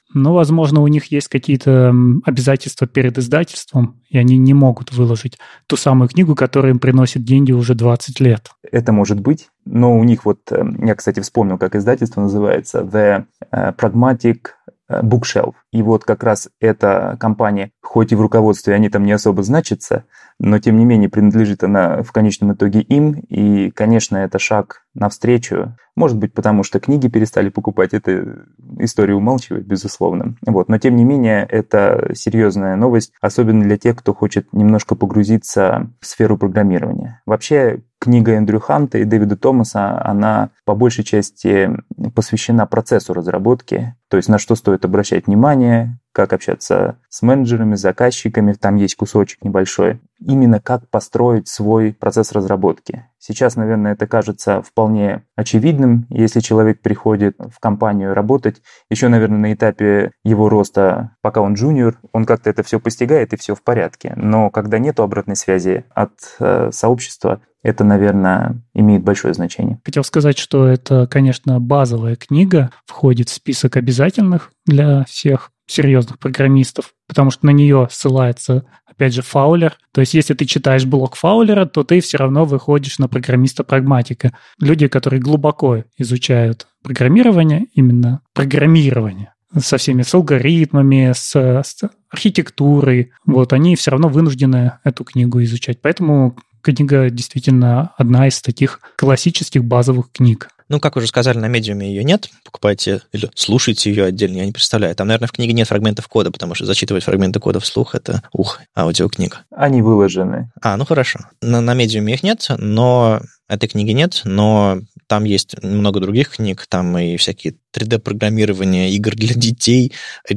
Ну, возможно, у них есть какие-то обязательства перед издательством, и они не могут выложить ту самую книгу, которая им приносит деньги уже двадцать лет. Это может быть, но у них вот, я, кстати, вспомнил, как издательство называется, The Pragmatic Bookshelf. И вот как раз эта компания, хоть и в руководстве они там не особо значатся, но тем не менее принадлежит она в конечном итоге им. И, конечно, это шаг навстречу. Может быть, потому что книги перестали покупать, эта история умалчивает, безусловно. Вот. Но тем не менее, это серьезная новость, особенно для тех, кто хочет немножко погрузиться в сферу программирования. Вообще, книга Эндрю Ханта и Дэвида Томаса, она по большей части посвящена процессу разработки, то есть на что стоит обращать внимание, как общаться с менеджерами, с заказчиками, там есть кусочек небольшой. Именно как построить свой процесс разработки. Сейчас, наверное, это кажется вполне очевидным, если человек приходит в компанию работать, еще, наверное, на этапе его роста, пока он джуниор, он как-то это все постигает и все в порядке. Но когда нет обратной связи от э, сообщества, это, наверное, имеет большое значение. Хотел сказать, что это, конечно, базовая книга, входит в список обязательных для всех серьезных программистов, потому что на нее ссылается, опять же, Фаулер. То есть, если ты читаешь блог Фаулера, то ты все равно выходишь на программиста-прагматика. Люди, которые глубоко изучают программирование, именно программирование, со всеми, с алгоритмами, с, с архитектурой, вот, они все равно вынуждены эту книгу изучать. Поэтому книга действительно одна из таких классических базовых книг. Ну, как уже сказали, на Medium ее нет. Покупайте или слушайте ее отдельно, я не представляю. Там, наверное, в книге нет фрагментов кода, потому что зачитывать фрагменты кода вслух — это, ух, аудиокнига. Они выложены. А, ну хорошо. На, на Medium их нет, но этой книги нет, но там есть много других книг, там и всякие три дэ-программирование, игр для детей,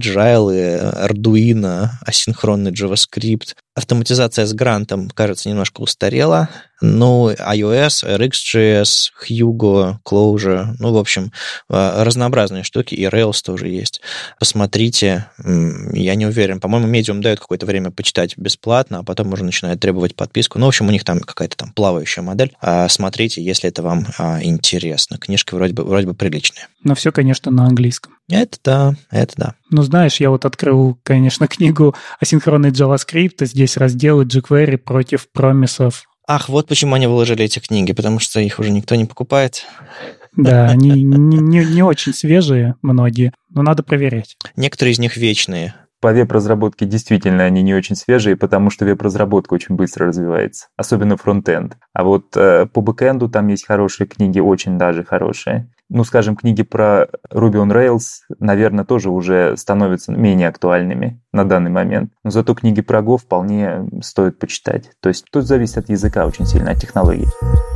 Agile, Arduino, асинхронный JavaScript. Автоматизация с грантом, кажется, немножко устарела. Ну, iOS, эр икс джей эс, Hugo, Clojure, ну, в общем, разнообразные штуки, и Rails тоже есть. Посмотрите, я не уверен, по-моему, Medium дает какое-то время почитать бесплатно, а потом уже начинает требовать подписку. Ну, в общем, у них там какая-то там плавающая модель. Смотрите, если это вам интересно. Книжка вроде бы, вроде бы приличная. Но все, конечно, на английском. Это да, это да. Ну, знаешь, я вот открыл, конечно, книгу «Асинхронный JavaScript», здесь разделы jQuery против промисов. Ах, вот почему они выложили эти книги, потому что их уже никто не покупает. Да, они не, не, не очень свежие многие, но надо проверять. Некоторые из них вечные. По веб-разработке действительно они не очень свежие, потому что веб-разработка очень быстро развивается, особенно фронт-энд. А вот э, по бэкэнду там есть хорошие книги, очень даже хорошие. Ну, скажем, книги про Ruby on Rails, наверное, тоже уже становятся менее актуальными на данный момент. Но зато книги про Go вполне стоит почитать. То есть тут зависит от языка очень сильно, от технологий.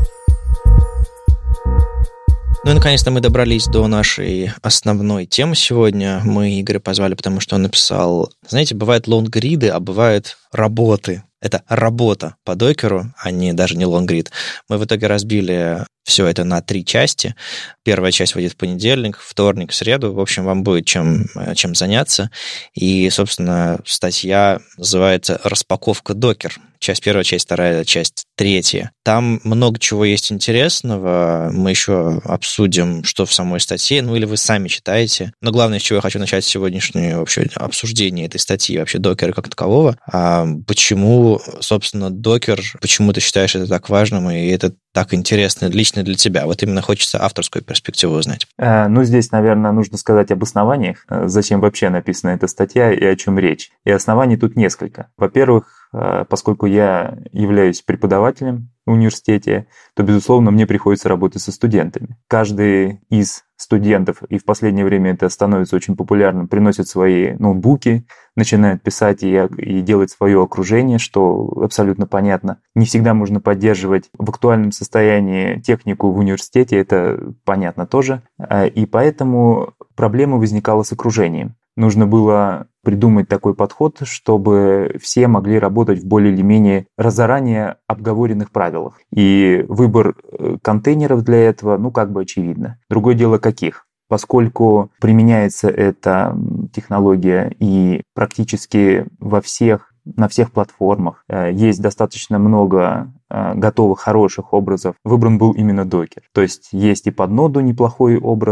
Ну и, наконец-то, мы добрались до нашей основной темы сегодня. Мы Игоря позвали, потому что он написал... Знаете, бывают лонгриды, а бывают работы. Это работа по докеру, а не даже не лонгрид. Мы в итоге разбили все это на три части. Первая часть выйдет в понедельник, вторник, среду. В общем, вам будет чем, чем заняться. И, собственно, статья называется «Распаковка докер». Часть первая, часть вторая, часть третья. Там много чего есть интересного. Мы еще обсудим, что в самой статье. Ну, или вы сами читаете. Но главное, с чего я хочу начать сегодняшнее вообще обсуждение этой статьи, вообще докера как такового. А почему, собственно, докер, почему ты считаешь это так важным, и это так интересно лично для тебя? Вот именно хочется авторскую перспективу узнать. А, ну, здесь, наверное, нужно сказать об основаниях, зачем вообще написана эта статья и о чем речь. И оснований тут несколько. Во-первых, поскольку я являюсь преподавателем в университете, то, безусловно, мне приходится работать со студентами. Каждый из студентов, и в последнее время это становится очень популярным, приносит свои ноутбуки, начинает писать и, и делать свое окружение, что абсолютно понятно. Не всегда можно поддерживать в актуальном состоянии технику в университете, это понятно тоже. И поэтому проблема возникала с окружением. Нужно было придумать такой подход, чтобы все могли работать в более или менее заранее обговоренных правилах. И выбор контейнеров для этого, ну, как бы очевидно. Другое дело, каких. Поскольку применяется эта технология и практически во всех, на всех платформах есть достаточно много готовых хороших образов, выбран был именно докер. То есть есть и под ноду неплохой образ,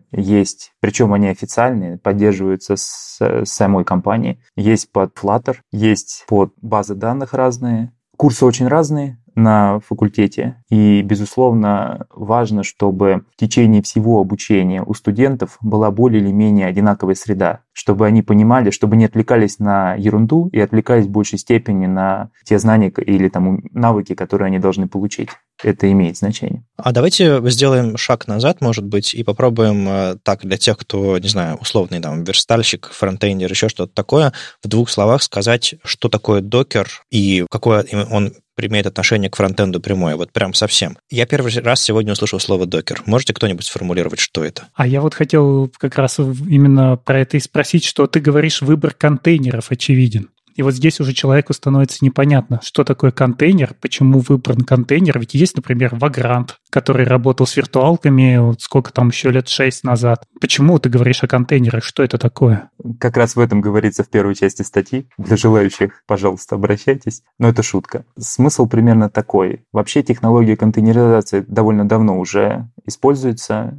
есть, причем они официальные, поддерживаются с, с самой компанией, есть под Flutter, есть под базы данных разные. Курсы очень разные на факультете, и, безусловно, важно, чтобы в течение всего обучения у студентов была более или менее одинаковая среда, чтобы они понимали, чтобы не отвлекались на ерунду и отвлекались в большей степени на те знания или там навыки, которые они должны получить. Это имеет значение. А давайте сделаем шаг назад, может быть, и попробуем так для тех, кто, не знаю, условный там верстальщик, фронтендер, еще что-то такое, в двух словах сказать, что такое докер и какое он имеет отношение к фронтенду прямое, вот прям совсем. Я первый раз сегодня услышал слово докер. Можете кто-нибудь сформулировать, что это? А я вот хотел как раз именно про это и спросить, что ты говоришь, выбор контейнеров очевиден. И вот здесь уже человеку становится непонятно, что такое контейнер, почему выбран контейнер. Ведь есть, например, Vagrant, который работал с виртуалками, вот сколько там еще лет шесть назад. Почему ты говоришь о контейнерах? Что это такое? Как раз в этом говорится в первой части статьи. Для желающих, пожалуйста, обращайтесь. Но это шутка. Смысл примерно такой. Вообще технология контейнеризации довольно давно уже используется,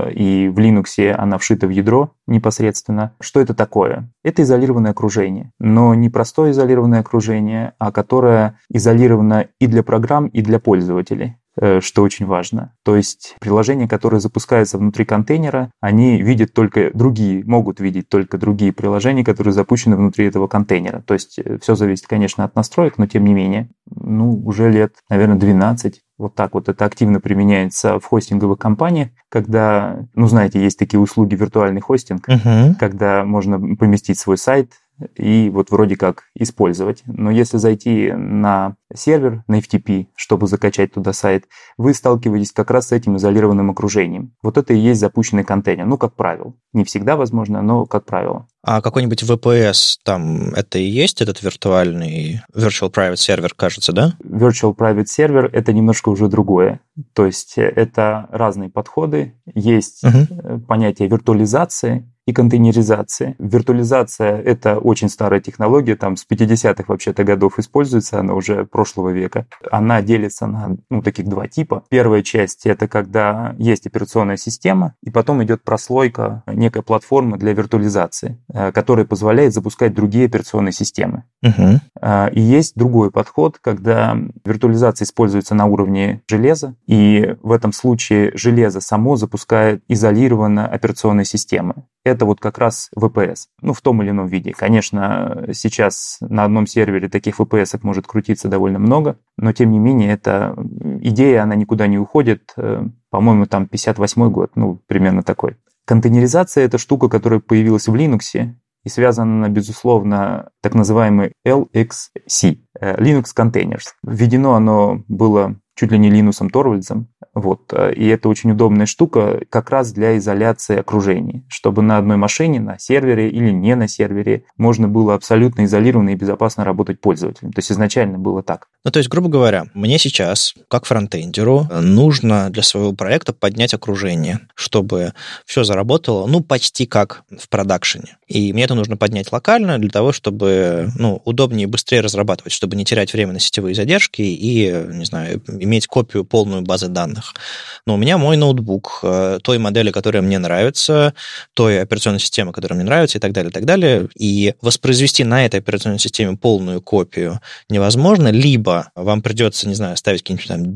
и в Linux она вшита в ядро непосредственно. Что это такое? Это изолированное окружение, но не простое изолированное окружение, а которое изолировано и для программ, и для пользователей, что очень важно. То есть приложения, которые запускаются внутри контейнера, они видят только другие, могут видеть только другие приложения, которые запущены внутри этого контейнера. То есть все зависит, конечно, от настроек, но тем не менее, ну, уже лет, наверное, двенадцать. Вот так вот это активно применяется в хостинговых компаниях, когда, ну, знаете, есть такие услуги виртуальный хостинг, uh-huh. когда можно поместить свой сайт и вот вроде как использовать. Но если зайти на сервер, на эф ти пи, чтобы закачать туда сайт, вы сталкиваетесь как раз с этим изолированным окружением. Вот это и есть запущенный контейнер, ну, как правило. Не всегда возможно, но как правило. А какой-нибудь ви пи эс там это и есть, этот виртуальный Virtual Private Server, кажется, да? Virtual Private Server — это немножко уже другое. То есть это разные подходы. Есть uh-huh. понятие виртуализации и контейнеризации. Виртуализация — это очень старая технология, там с пятидесятых вообще-то годов используется, она уже прошлого века. Она делится на, ну, таких два типа. Первая часть — это когда есть операционная система, и потом идет прослойка, некая платформа для виртуализации, которая позволяет запускать другие операционные системы. Uh-huh. И есть другой подход, когда виртуализация используется на уровне железа, и в этом случае железо само запускает изолированно операционные системы. Это вот как раз ви пи эс, ну, в том или ином виде. Конечно, сейчас на одном сервере таких ви пи эс может крутиться довольно много, но тем не менее, эта идея, она никуда не уходит. По-моему, там пятьдесят восьмой год, ну, примерно такой. Контейнеризация — это штука, которая появилась в Linux, и связана она, безусловно, так называемый эл икс си, Linux Containers. Введено оно было чуть ли не Линусом Торвальдсом. Вот. И это очень удобная штука как раз для изоляции окружений, чтобы на одной машине, на сервере или не на сервере можно было абсолютно изолированно и безопасно работать пользователем. То есть изначально было так. Ну, то есть, грубо говоря, мне сейчас, как фронтендеру, нужно для своего проекта поднять окружение, чтобы все заработало, ну, почти как в продакшене. И мне это нужно поднять локально для того, чтобы, ну, удобнее и быстрее разрабатывать, чтобы не терять время на сетевые задержки и, не знаю, иметь копию полную базы данных. Но у меня мой ноутбук той модели, которая мне нравится, той операционной системы, которая мне нравится, и так далее, и так далее. И воспроизвести на этой операционной системе полную копию невозможно, либо вам придется, не знаю, ставить какие-нибудь там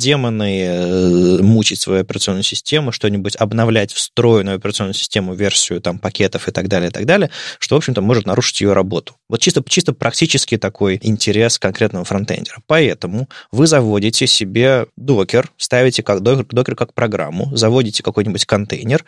демоны, мучить свою операционную систему, что-нибудь обновлять встроенную операционную систему, версию там пакетов и так далее, и так далее, что, в общем-то, может нарушить ее работу. Вот чисто, чисто практически такой интерес конкретного фронтендера. Поэтому вы заводите себе докер, ставите как докер, докер как программу, заводите какой-нибудь контейнер,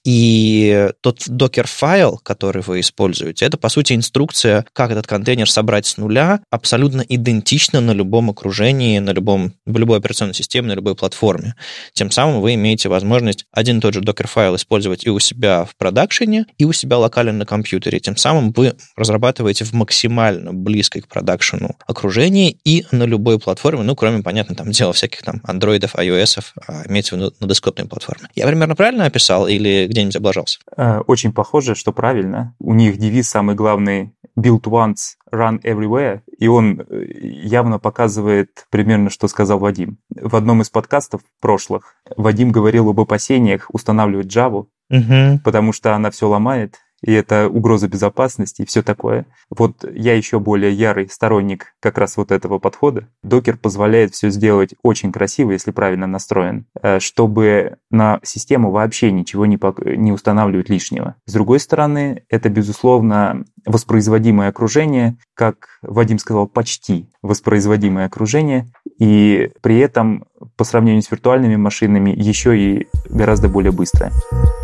и тот докер-файл, который вы используете, это, по сути, инструкция, как этот контейнер собрать с нуля, абсолютно идентично на любом окружении, на любом, в любой операционной системе, на любой платформе. Тем самым вы имеете возможность один и тот же докер-файл использовать и у себя в продакшене, и у себя локально на компьютере. Тем самым вы разрабатываете в максимально близкой к продакшену окружении и на любой платформе, ну, кроме, понятно, там, дела всяких там андроидов, iOS, а имеется в виду на десктопной платформе. Я примерно правильно описал или где-нибудь облажался? Очень похоже, что правильно. У них девиз самый главный «Build once, run everywhere», и он явно показывает примерно, что сказал Вадим. В одном из подкастов прошлых Вадим говорил об опасениях устанавливать Java угу. потому что она все ломает, и это угроза безопасности и все такое. Вот я еще более ярый сторонник как раз вот этого подхода. Докер позволяет все сделать очень красиво, если правильно настроен, чтобы на систему вообще ничего не, не устанавливать лишнего. С другой стороны, это, безусловно, воспроизводимое окружение, как Вадим сказал, почти воспроизводимое окружение, и при этом по сравнению с виртуальными машинами еще и гораздо более быстрое.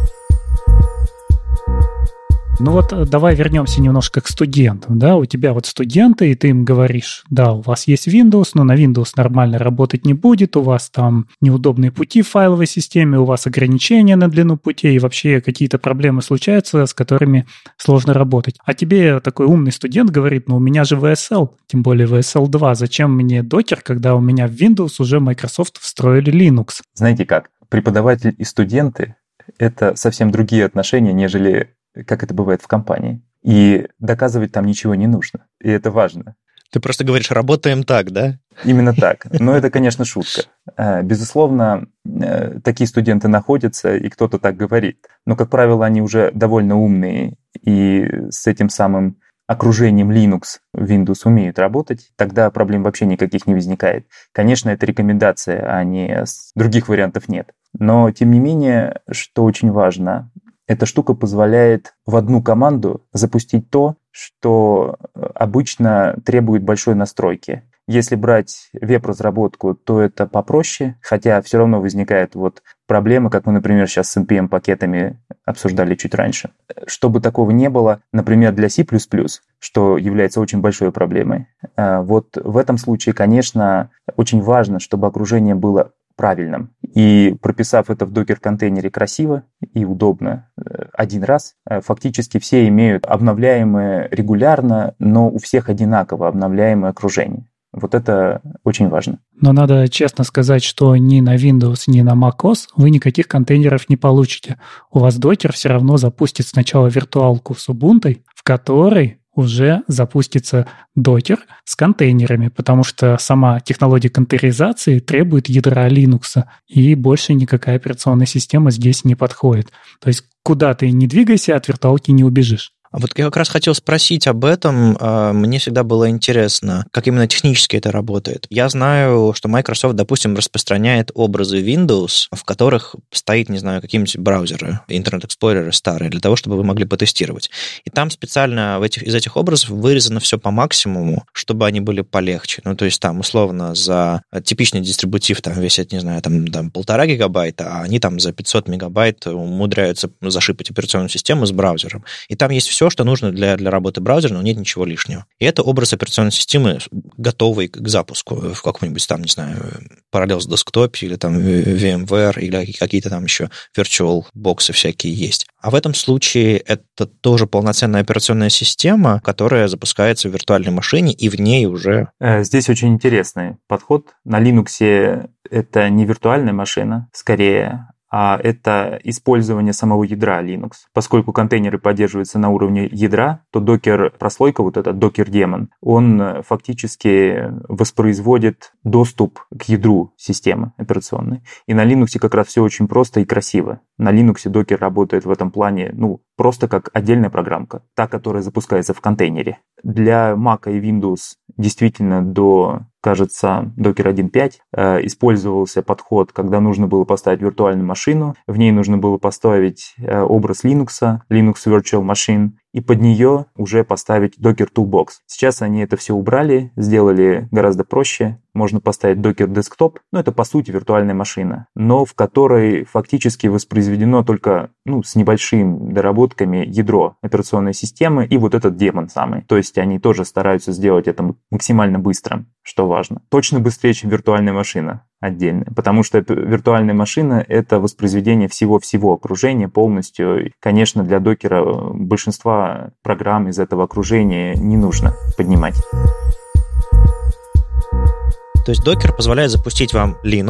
Ну вот давай вернемся немножко к студентам, да, у тебя вот студенты, и ты им говоришь, да, у вас есть Windows, но на Windows нормально работать не будет, у вас там неудобные пути в файловой системе, у вас ограничения на длину путей, и вообще какие-то проблемы случаются, с которыми сложно работать. А тебе такой умный студент говорит, ну у меня же ви эс эл, тем более ви эс эл два, зачем мне Docker, когда у меня в Windows уже Microsoft встроили Linux? Знаете как, преподаватель и студенты — это совсем другие отношения, нежели как это бывает в компании. И доказывать там ничего не нужно. И это важно. Ты просто говоришь, работаем так, да? Именно так. Но это, конечно, шутка. Безусловно, такие студенты находятся, и кто-то так говорит. Но, как правило, они уже довольно умные, и с этим самым окружением Linux, Windows умеют работать, тогда проблем вообще никаких не возникает. Конечно, это рекомендация, а не других вариантов нет. Но, тем не менее, что очень важно, эта штука позволяет в одну команду запустить то, что обычно требует большой настройки. Если брать веб-разработку, то это попроще, хотя все равно возникает вот проблема, как мы, например, сейчас с эн пи эм-пакетами обсуждали чуть раньше. Чтобы такого не было, например, для C++, что является очень большой проблемой, вот в этом случае, конечно, очень важно, чтобы окружение было правильным. И прописав это в докер-контейнере красиво и удобно один раз, фактически все имеют обновляемое регулярно, но у всех одинаково обновляемое окружение. Вот это очень важно. Но надо честно сказать, что ни на Windows, ни на macOS вы никаких контейнеров не получите. У вас докер все равно запустит сначала виртуалку с Ubuntu, в которой уже запустится докер с контейнерами, потому что сама технология контейнеризации требует ядра Linux, и больше никакая операционная система здесь не подходит. То есть куда ты не двигайся, от виртуалки не убежишь. А вот я как раз хотел спросить об этом. Мне всегда было интересно, как именно технически это работает. Я знаю, что Microsoft, допустим, распространяет образы Windows, в которых стоит, не знаю, какие-нибудь браузеры, Internet Explorer старые, для того, чтобы вы могли потестировать. И там специально в этих, из этих образов вырезано все по максимуму, чтобы они были полегче. Ну, то есть там, условно, за типичный дистрибутив там весит, не знаю, там, там полтора гигабайта, а они там за пятьсот мегабайт умудряются зашипать операционную систему с браузером. И там есть все, что нужно для, для работы браузера, но нет ничего лишнего. И это образ операционной системы, готовый к запуску в каком-нибудь там, не знаю, Parallels Desktop или там VMware или какие-то там еще virtual боксы всякие есть. А в этом случае это тоже полноценная операционная система, которая запускается в виртуальной машине, и в ней уже... Здесь очень интересный подход. На Linux это не виртуальная машина, скорее, а это использование самого ядра Linux. Поскольку контейнеры поддерживаются на уровне ядра, то докер-прослойка, вот этот докер-демон, он фактически воспроизводит доступ к ядру системы операционной. И на Linux как раз все очень просто и красиво. На Linux докер работает в этом плане, ну, просто как отдельная программка, та, которая запускается в контейнере. Для Mac и Windows действительно до, кажется, Docker один точка пять э, использовался подход, когда нужно было поставить виртуальную машину, в ней нужно было поставить э, образ Linux, Linux Virtual Machine, и под нее уже поставить Docker Toolbox. Сейчас они это все убрали, сделали гораздо проще. Можно поставить Docker Desktop, ну это по сути виртуальная машина, но в которой фактически воспроизведено только, ну, с небольшими доработками ядро операционной системы и вот этот демон самый. То есть они тоже стараются сделать это максимально быстро, что важно. Точно быстрее, чем виртуальная машина отдельно, потому что виртуальная машина — это воспроизведение всего-всего окружения полностью. И, конечно, для докера большинства программ из этого окружения не нужно поднимать. То есть докер позволяет запустить вам Linux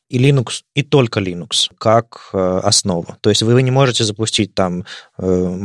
и Linux, и только Linux, как э, основу. То есть вы не можете запустить там э,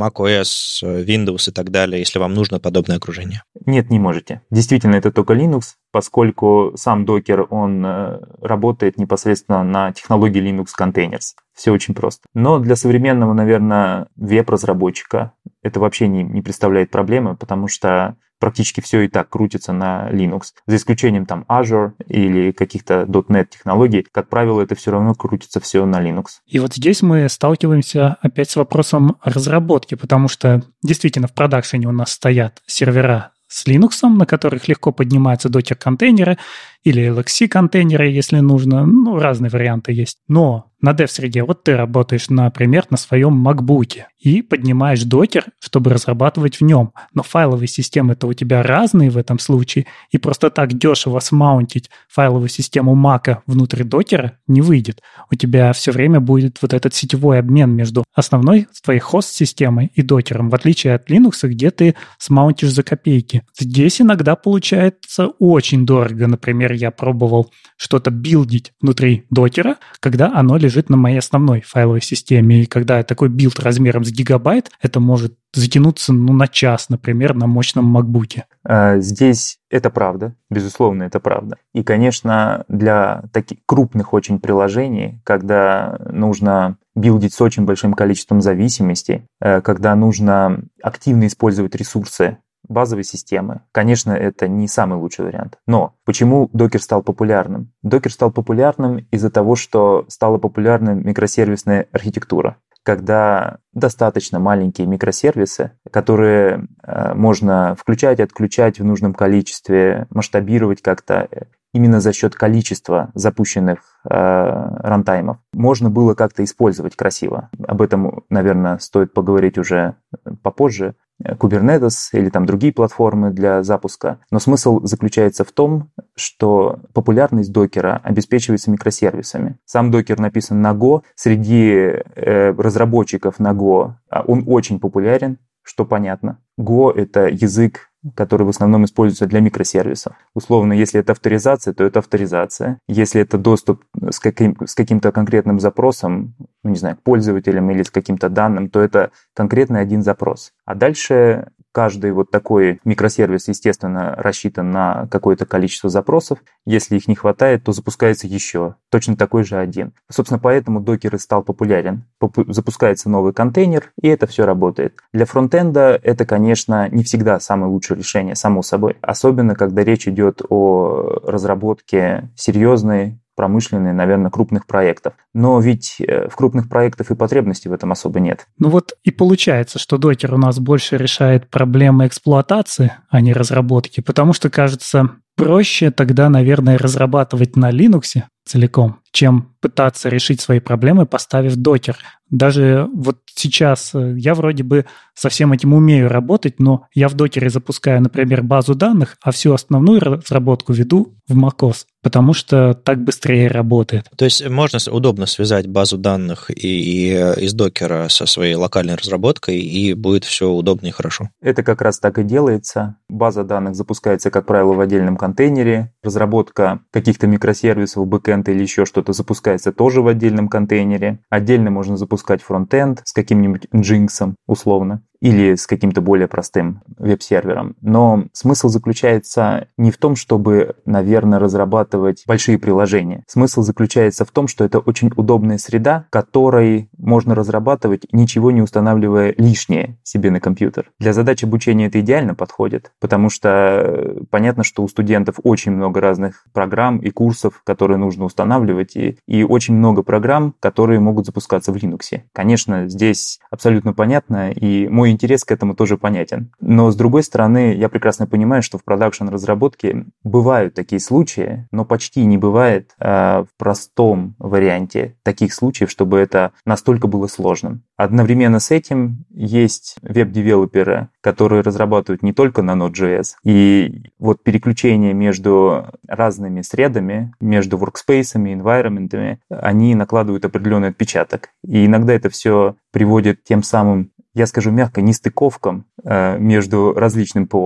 macOS, Windows и так далее, если вам нужно подобное окружение. Нет, не можете. Действительно, это только Linux, поскольку сам докер, он э, работает непосредственно на технологии Linux Containers. Все очень просто. Но для современного, наверное, веб-разработчика это вообще не, не представляет проблемы, потому что практически все и так крутится на Linux. За исключением там Azure или каких-то .дот нет технологий, как правило, это все равно крутится все на Linux. И вот здесь мы сталкиваемся опять с вопросом разработки, потому что действительно в продакшене у нас стоят сервера с Linux, на которых легко поднимаются докер-контейнеры или эл экс си-контейнеры, если нужно. Ну, разные варианты есть. Но на dev-среде вот ты работаешь, например, на своем MacBook и поднимаешь докер, чтобы разрабатывать в нем. Но файловые системы-то у тебя разные в этом случае, и просто так дешево смаунтить файловую систему Mac внутрь докера не выйдет. У тебя все время будет вот этот сетевой обмен между основной твоей хост-системой и докером, в отличие от Linux, где ты смаунтишь за копейки. Здесь иногда получается очень дорого. Например, я пробовал что-то билдить внутри докера, когда оно лежит на моей основной файловой системе. И когда такой билд размером с гигабайт, это может затянуться ну, на час, например, на мощном MacBook. Здесь это правда, безусловно, это правда. И, конечно, для таких крупных очень приложений, когда нужно билдить с очень большим количеством зависимостей, когда нужно активно использовать ресурсы базовой системы, конечно, это не самый лучший вариант. Но почему докер стал популярным? Докер стал популярным из-за того, что стала популярна микросервисная архитектура, когда достаточно маленькие микросервисы, которые э, можно включать, отключать в нужном количестве, масштабировать как-то именно за счет количества запущенных э, рантаймов, можно было как-то использовать красиво. Об этом, наверное, стоит поговорить уже попозже. Kubernetes или там другие платформы для запуска. Но смысл заключается в том, что популярность докера обеспечивается микросервисами. Сам докер написан на Go. Среди э, разработчиков на Go он очень популярен, что понятно. Go — это язык, который в основном используется для микросервисов. Условно, если это авторизация, то это авторизация. Если это доступ с, каким, с каким-то конкретным запросом, ну, не знаю, к пользователям или с каким-то данным, то это конкретный один запрос. А дальше каждый вот такой микросервис, естественно, рассчитан на какое-то количество запросов. Если их не хватает, то запускается еще точно такой же один. Собственно, поэтому докер и стал популярен. Запускается новый контейнер, и это все работает. Для фронтенда это, конечно, не всегда самое лучшее решение, само собой. Особенно, когда речь идет о разработке серьезной, промышленные, наверное, крупных проектов. Но ведь в крупных проектах и потребностей в этом особо нет. Ну вот и получается, что докер у нас больше решает проблемы эксплуатации, а не разработки, потому что, кажется, проще тогда, наверное, разрабатывать на Linux целиком, чем пытаться решить свои проблемы, поставив докер. Даже вот сейчас я вроде бы со всем этим умею работать, но я в докере запускаю, например, базу данных, а всю основную разработку веду в macOS, потому что так быстрее работает. То есть можно удобно связать базу данных и, и из докера со своей локальной разработкой, и будет все удобно и хорошо. Это как раз так и делается. База данных запускается, как правило, в отдельном контейнере. Разработка каких-то микросервисов, бэкэнд или еще что-то запускается тоже в отдельном контейнере. Отдельно можно запускать фронтенд с каким-нибудь Nginx, условно, или с каким-то более простым веб-сервером. Но смысл заключается не в том, чтобы, наверное, разрабатывать большие приложения. Смысл заключается в том, что это очень удобная среда, которой можно разрабатывать, ничего не устанавливая лишнее себе на компьютер. Для задач обучения это идеально подходит, потому что понятно, что у студентов очень много разных программ и курсов, которые нужно устанавливать, и, и очень много программ, которые могут запускаться в Linux. Конечно, здесь абсолютно понятно, и мой интерес к этому тоже понятен. Но, с другой стороны, я прекрасно понимаю, что в продакшн-разработке бывают такие случаи, но почти не бывает э, в простом варианте таких случаев, чтобы это настолько было сложным. Одновременно с этим есть веб-девелоперы, которые разрабатывают не только на Node.js, и вот переключение между разными средами, между workspace'ами, environment'ами, они накладывают определенный отпечаток. И иногда это все приводит к тем самым, я скажу мягко, нестыковкам э, между различным ПО.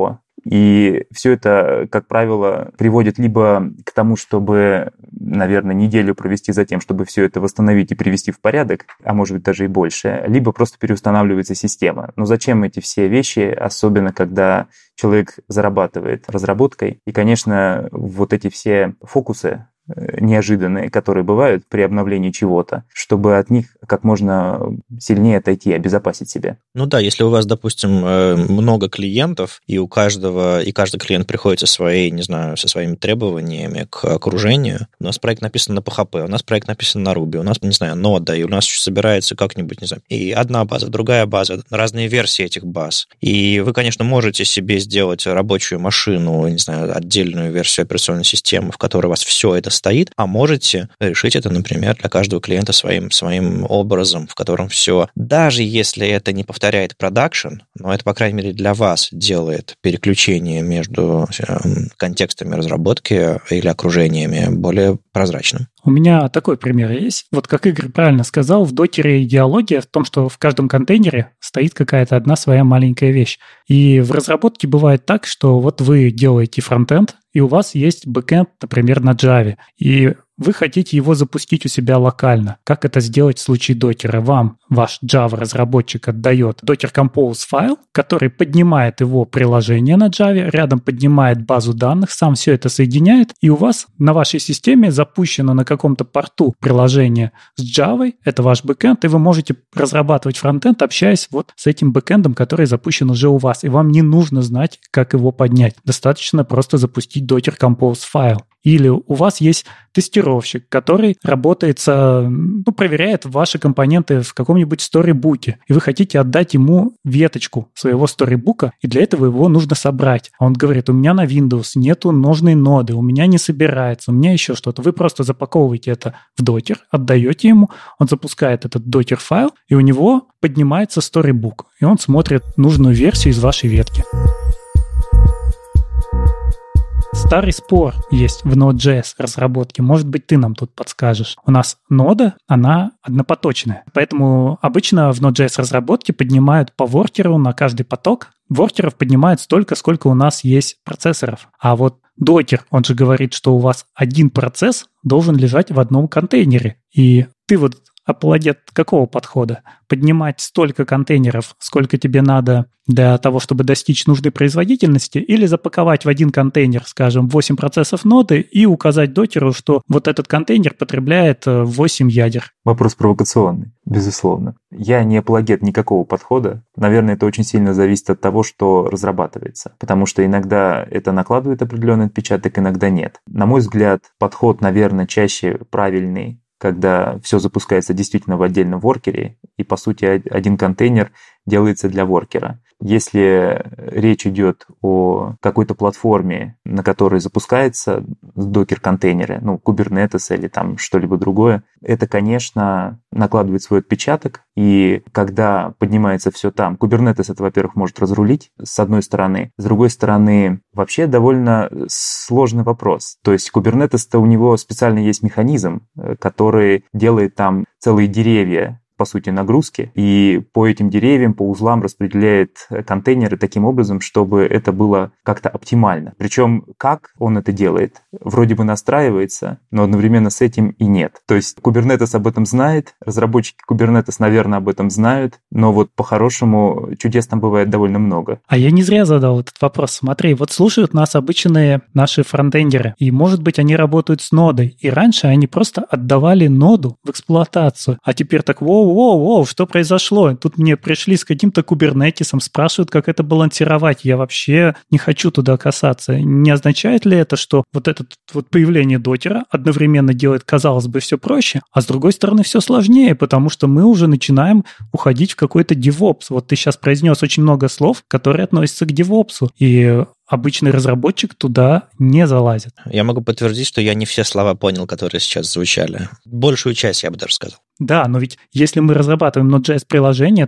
И все это, как правило, приводит либо к тому, чтобы, наверное, неделю провести за тем, чтобы все это восстановить и привести в порядок, а может быть даже и больше, либо просто переустанавливается система. Но зачем эти все вещи, особенно когда человек зарабатывает разработкой? И, конечно, вот эти все фокусы неожиданные, которые бывают при обновлении чего-то, чтобы от них как можно сильнее отойти, обезопасить себя. Ну да, если у вас, допустим, много клиентов, и у каждого, и каждый клиент приходит со своей, не знаю, со своими требованиями к окружению. У нас проект написан на пи эйч пи, у нас проект написан на Ruby, у нас, не знаю, нода, и у нас собирается как-нибудь, не знаю, и одна база, другая база, разные версии этих баз. И вы, конечно, можете себе сделать рабочую машину, не знаю, отдельную версию операционной системы, в которой у вас все это стоит, а можете решить это, например, для каждого клиента своим, своим образом, в котором все, даже если это не повторяет продакшн, но это, по крайней мере, для вас делает переключение между контекстами разработки или окружениями более прозрачным. У меня такой пример есть. Вот как Игорь правильно сказал, в докере идеология в том, что в каждом контейнере стоит какая-то одна своя маленькая вещь. И в разработке бывает так, что вот вы делаете фронтенд, и у вас есть бэкэнд, например, на Java, и вы хотите его запустить у себя локально. Как это сделать в случае докера? Вам ваш Java-разработчик отдает Docker Compose файл, который поднимает его приложение на Java, рядом поднимает базу данных, сам все это соединяет, и у вас на вашей системе запущено на каком-то порту приложение с Java, это ваш бэкэнд, и вы можете разрабатывать фронтенд, общаясь вот с этим бэкэндом, который запущен уже у вас, и вам не нужно знать, как его поднять. Достаточно просто запустить Docker Compose файл. Или у вас есть тестировщик, который работает, ну, проверяет ваши компоненты в каком-нибудь сторибуке, и вы хотите отдать ему веточку своего сторибука, и для этого его нужно собрать. А он говорит, у меня на Windows нету нужной ноды, у меня не собирается, у меня еще что-то. Вы просто запаковываете это в докер, отдаете ему, он запускает этот докер-файл, и у него поднимается сторибук, и он смотрит нужную версию из вашей ветки. Старый спор есть в Node.js разработке. Может быть, ты нам тут подскажешь. У нас нода, она однопоточная. Поэтому обычно в Node.js разработке поднимают по воркеру на каждый поток. Воркеров поднимают столько, сколько у нас есть процессоров. А вот докер, он же говорит, что у вас один процесс должен лежать в одном контейнере. И ты вот апологет какого подхода? Поднимать столько контейнеров, сколько тебе надо для того, чтобы достичь нужной производительности, или запаковать в один контейнер, скажем, восемь процессов ноды и указать докеру, что вот этот контейнер потребляет восемь ядер? Вопрос провокационный, безусловно. Я не апологет никакого подхода. Наверное, это очень сильно зависит от того, что разрабатывается, потому что иногда это накладывает определенный отпечаток, иногда нет. На мой взгляд, подход, наверное, чаще правильный, когда все запускается действительно в отдельном воркере, и, по сути, один контейнер делается для воркера. Если речь идет о какой-то платформе, на которой запускается докер-контейнеры, ну, Kubernetes или там что-либо другое, это, конечно, накладывает свой отпечаток, и когда поднимается все там, Kubernetes это, во-первых, может разрулить, с одной стороны. С другой стороны, вообще довольно сложный вопрос. То есть Kubernetes-то у него специально есть механизм, который делает там целые деревья, по сути, нагрузки, и по этим деревьям, по узлам распределяет контейнеры таким образом, чтобы это было как-то оптимально. Причем как он это делает? Вроде бы настраивается, но одновременно с этим и нет. То есть Kubernetes об этом знает, разработчики Kubernetes, наверное, об этом знают, но вот по-хорошему чудес там бывает довольно много. А я не зря задал этот вопрос. Смотри, вот слушают нас обычные наши фронтендеры, и, может быть, они работают с нодой, и раньше они просто отдавали ноду в эксплуатацию, а теперь так, воу, воу-воу, что произошло? Тут мне пришли с каким-то кубернетисом, спрашивают, как это балансировать. Я вообще не хочу туда касаться. Не означает ли это, что вот это вот появление докера одновременно делает, казалось бы, все проще, а с другой стороны все сложнее, потому что мы уже начинаем уходить в какой-то DevOps. Вот ты сейчас произнес очень много слов, которые относятся к DevOps, и обычный разработчик туда не залазит. Я могу подтвердить, что я не все слова понял, которые сейчас звучали. Большую часть, я бы даже сказал. Да, но ведь если мы разрабатываем Node.js приложение, то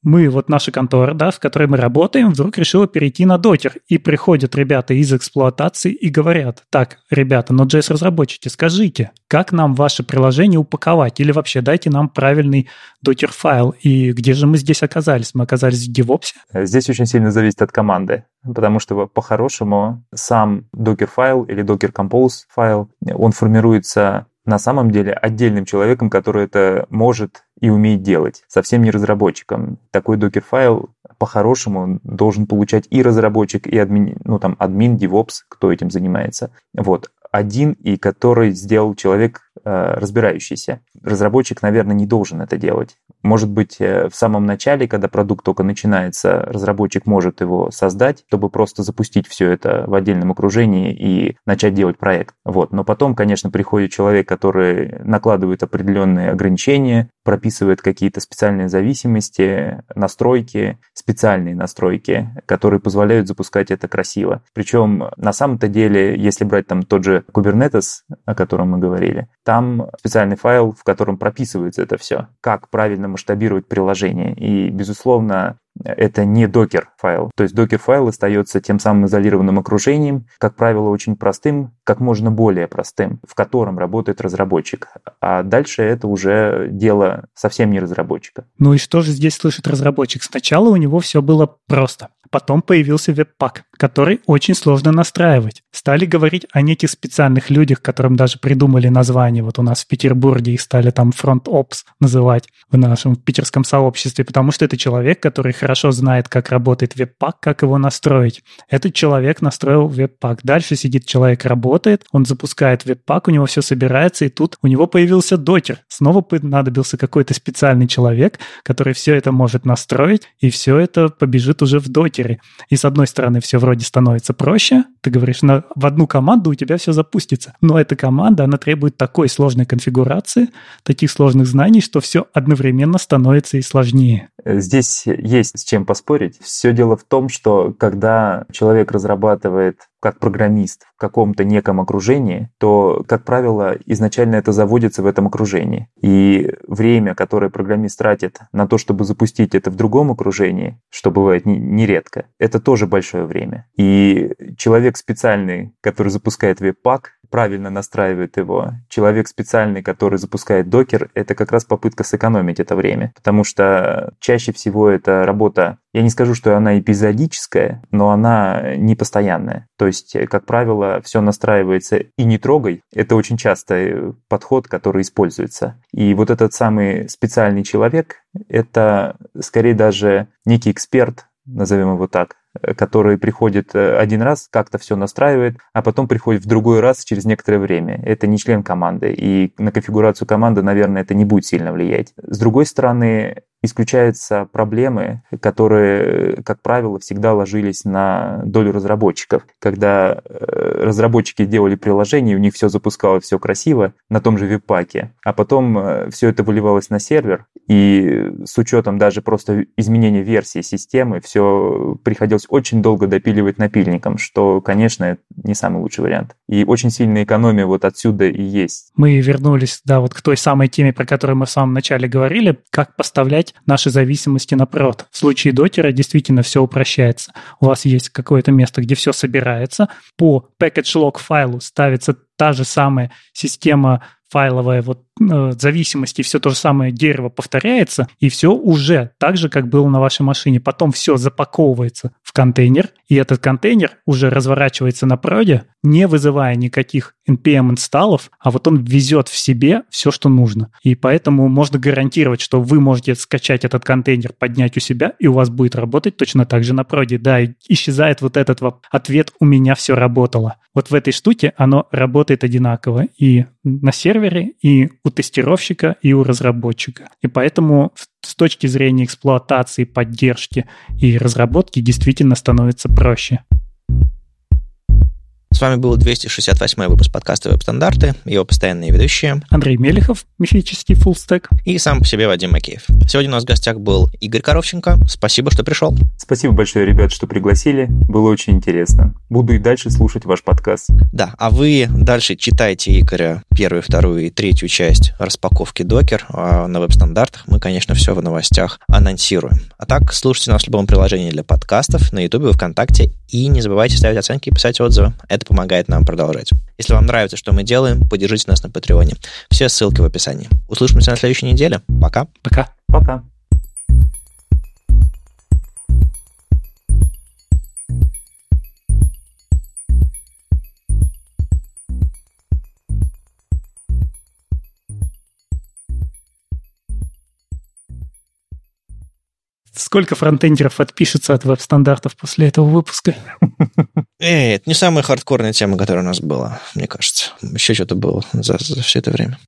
мы, вот наша контора, да, в которой мы работаем, вдруг решила перейти на докер. И приходят ребята из эксплуатации и говорят: так, ребята, но джей эс-разработчики, скажите, как нам ваше приложение упаковать? Или вообще дайте нам правильный докер-файл. И где же мы здесь оказались? Мы оказались в DevOps? Здесь очень сильно зависит от команды, потому что по-хорошему сам докер-файл или Docker Compose файл, он формируется на самом деле отдельным человеком, который это может и умеет делать, совсем не разработчиком. Такой докер-файл по-хорошему должен получать и разработчик, и админ, ну там админ, DevOps, кто этим занимается. Вот. Один, и который сделал человек, э, разбирающийся. Разработчик, наверное, не должен это делать. Может быть, э, в самом начале, когда продукт только начинается, разработчик может его создать, чтобы просто запустить все это в отдельном окружении и начать делать проект. Вот. Но потом, конечно, приходит человек, который накладывает определенные ограничения, прописывает какие-то специальные зависимости, настройки, специальные настройки, которые позволяют запускать это красиво. Причем на самом-то деле, если брать там тот же Kubernetes, о котором мы говорили, там специальный файл, в котором прописывается это все, как правильно масштабировать приложение. И, безусловно, это не докер-файл. То есть докер-файл остается тем самым изолированным окружением, как правило, очень простым, как можно более простым, в котором работает разработчик. А дальше это уже дело совсем не разработчика. Ну и что же здесь слышит разработчик? Сначала у него все было просто. Потом появился веб-пак, который очень сложно настраивать. Стали говорить о неких специальных людях, которым даже придумали название. Вот у нас в Петербурге их стали там фронт-опс называть в нашем питерском сообществе, потому что это человек, который хорошо знает, как работает веб-пак, как его настроить. Этот человек настроил веб-пак. Дальше сидит человек, работает, он запускает веб-пак, у него все собирается, и тут у него появился докер. Снова понадобился какой-то специальный человек, который все это может настроить, и все это побежит уже в докере. И с одной стороны все вроде становится проще, ты говоришь, на, в одну команду у тебя все запустится. Но эта команда, она требует такой сложной конфигурации, таких сложных знаний, что все одновременно становится и сложнее. Здесь есть с чем поспорить. Все дело в том, что когда человек разрабатывает как программист в каком-то неком окружении, то, как правило, изначально это заводится в этом окружении. И время, которое программист тратит на то, чтобы запустить это в другом окружении, что бывает нередко, это тоже большое время. И человек специальный, который запускает веб-пак, правильно настраивает его. Человек специальный, который запускает докер, это как раз попытка сэкономить это время. Потому что чаще всего эта работа, я не скажу, что она эпизодическая, но она не постоянная. То есть, как правило, все настраивается и не трогай. Это очень часто подход, который используется. И вот этот самый специальный человек, это скорее даже некий эксперт, назовем его так, который приходит один раз, как-то все настраивает, а потом приходит в другой раз через некоторое время. Это не член команды, и на конфигурацию команды, наверное, это не будет сильно влиять. С другой стороны, исключаются проблемы, которые, как правило, всегда ложились на долю разработчиков. Когда разработчики делали приложение, у них все запускалось, все красиво на том же веб-паке, а потом все это выливалось на сервер, и с учетом даже просто изменения версии системы, все приходилось очень долго допиливать напильником, что, конечно, не самый лучший вариант. И очень сильная экономия вот отсюда и есть. Мы вернулись, да, вот к той самой теме, про которую мы в самом начале говорили, как поставлять наши зависимости на прод. В случае докера действительно все упрощается. У вас есть какое-то место, где все собирается. По package-log файлу ставится та же самая система файловая вот, э, зависимости, все то же самое дерево повторяется, и все уже так же, как было на вашей машине. Потом все запаковывается в контейнер, и этот контейнер уже разворачивается на проде, не вызывая никаких эн пи эм-инсталлов, а вот он везет в себе все, что нужно. И поэтому можно гарантировать, что вы можете скачать этот контейнер, поднять у себя, и у вас будет работать точно так же на проде. Да, и исчезает вот этот ответ «у меня все работало». Вот в этой штуке оно работает одинаково и на сервере, и у тестировщика, и у разработчика. И поэтому с точки зрения эксплуатации, поддержки и разработки действительно становится проще. С вами был двести шестьдесят восьмой выпуск подкаста «Веб-стандарты», его постоянные ведущие Андрей Мелехов, мифический фуллстек, и сам по себе Вадим Макеев. Сегодня у нас в гостях был Игорь Коровченко. Спасибо, что пришел. Спасибо большое, ребят, что пригласили. Было очень интересно. Буду и дальше слушать ваш подкаст. Да, а вы дальше читайте Игоря первую, вторую и третью часть распаковки Docker на веб-стандартах. Мы, конечно, все в новостях анонсируем. А так, слушайте нас в любом приложении для подкастов, на Ютубе, ВКонтакте. И не забывайте ставить оценки и писать отзывы. Это помогает нам продолжать. Если вам нравится, что мы делаем, поддержите нас на Патреоне. Все ссылки в описании. Услышимся на следующей неделе. Пока. Пока. Пока. Сколько фронтендеров отпишется от веб-стандартов после этого выпуска? Эй, это не самая хардкорная тема, которая у нас была, мне кажется. Еще что-то было за, за все это время.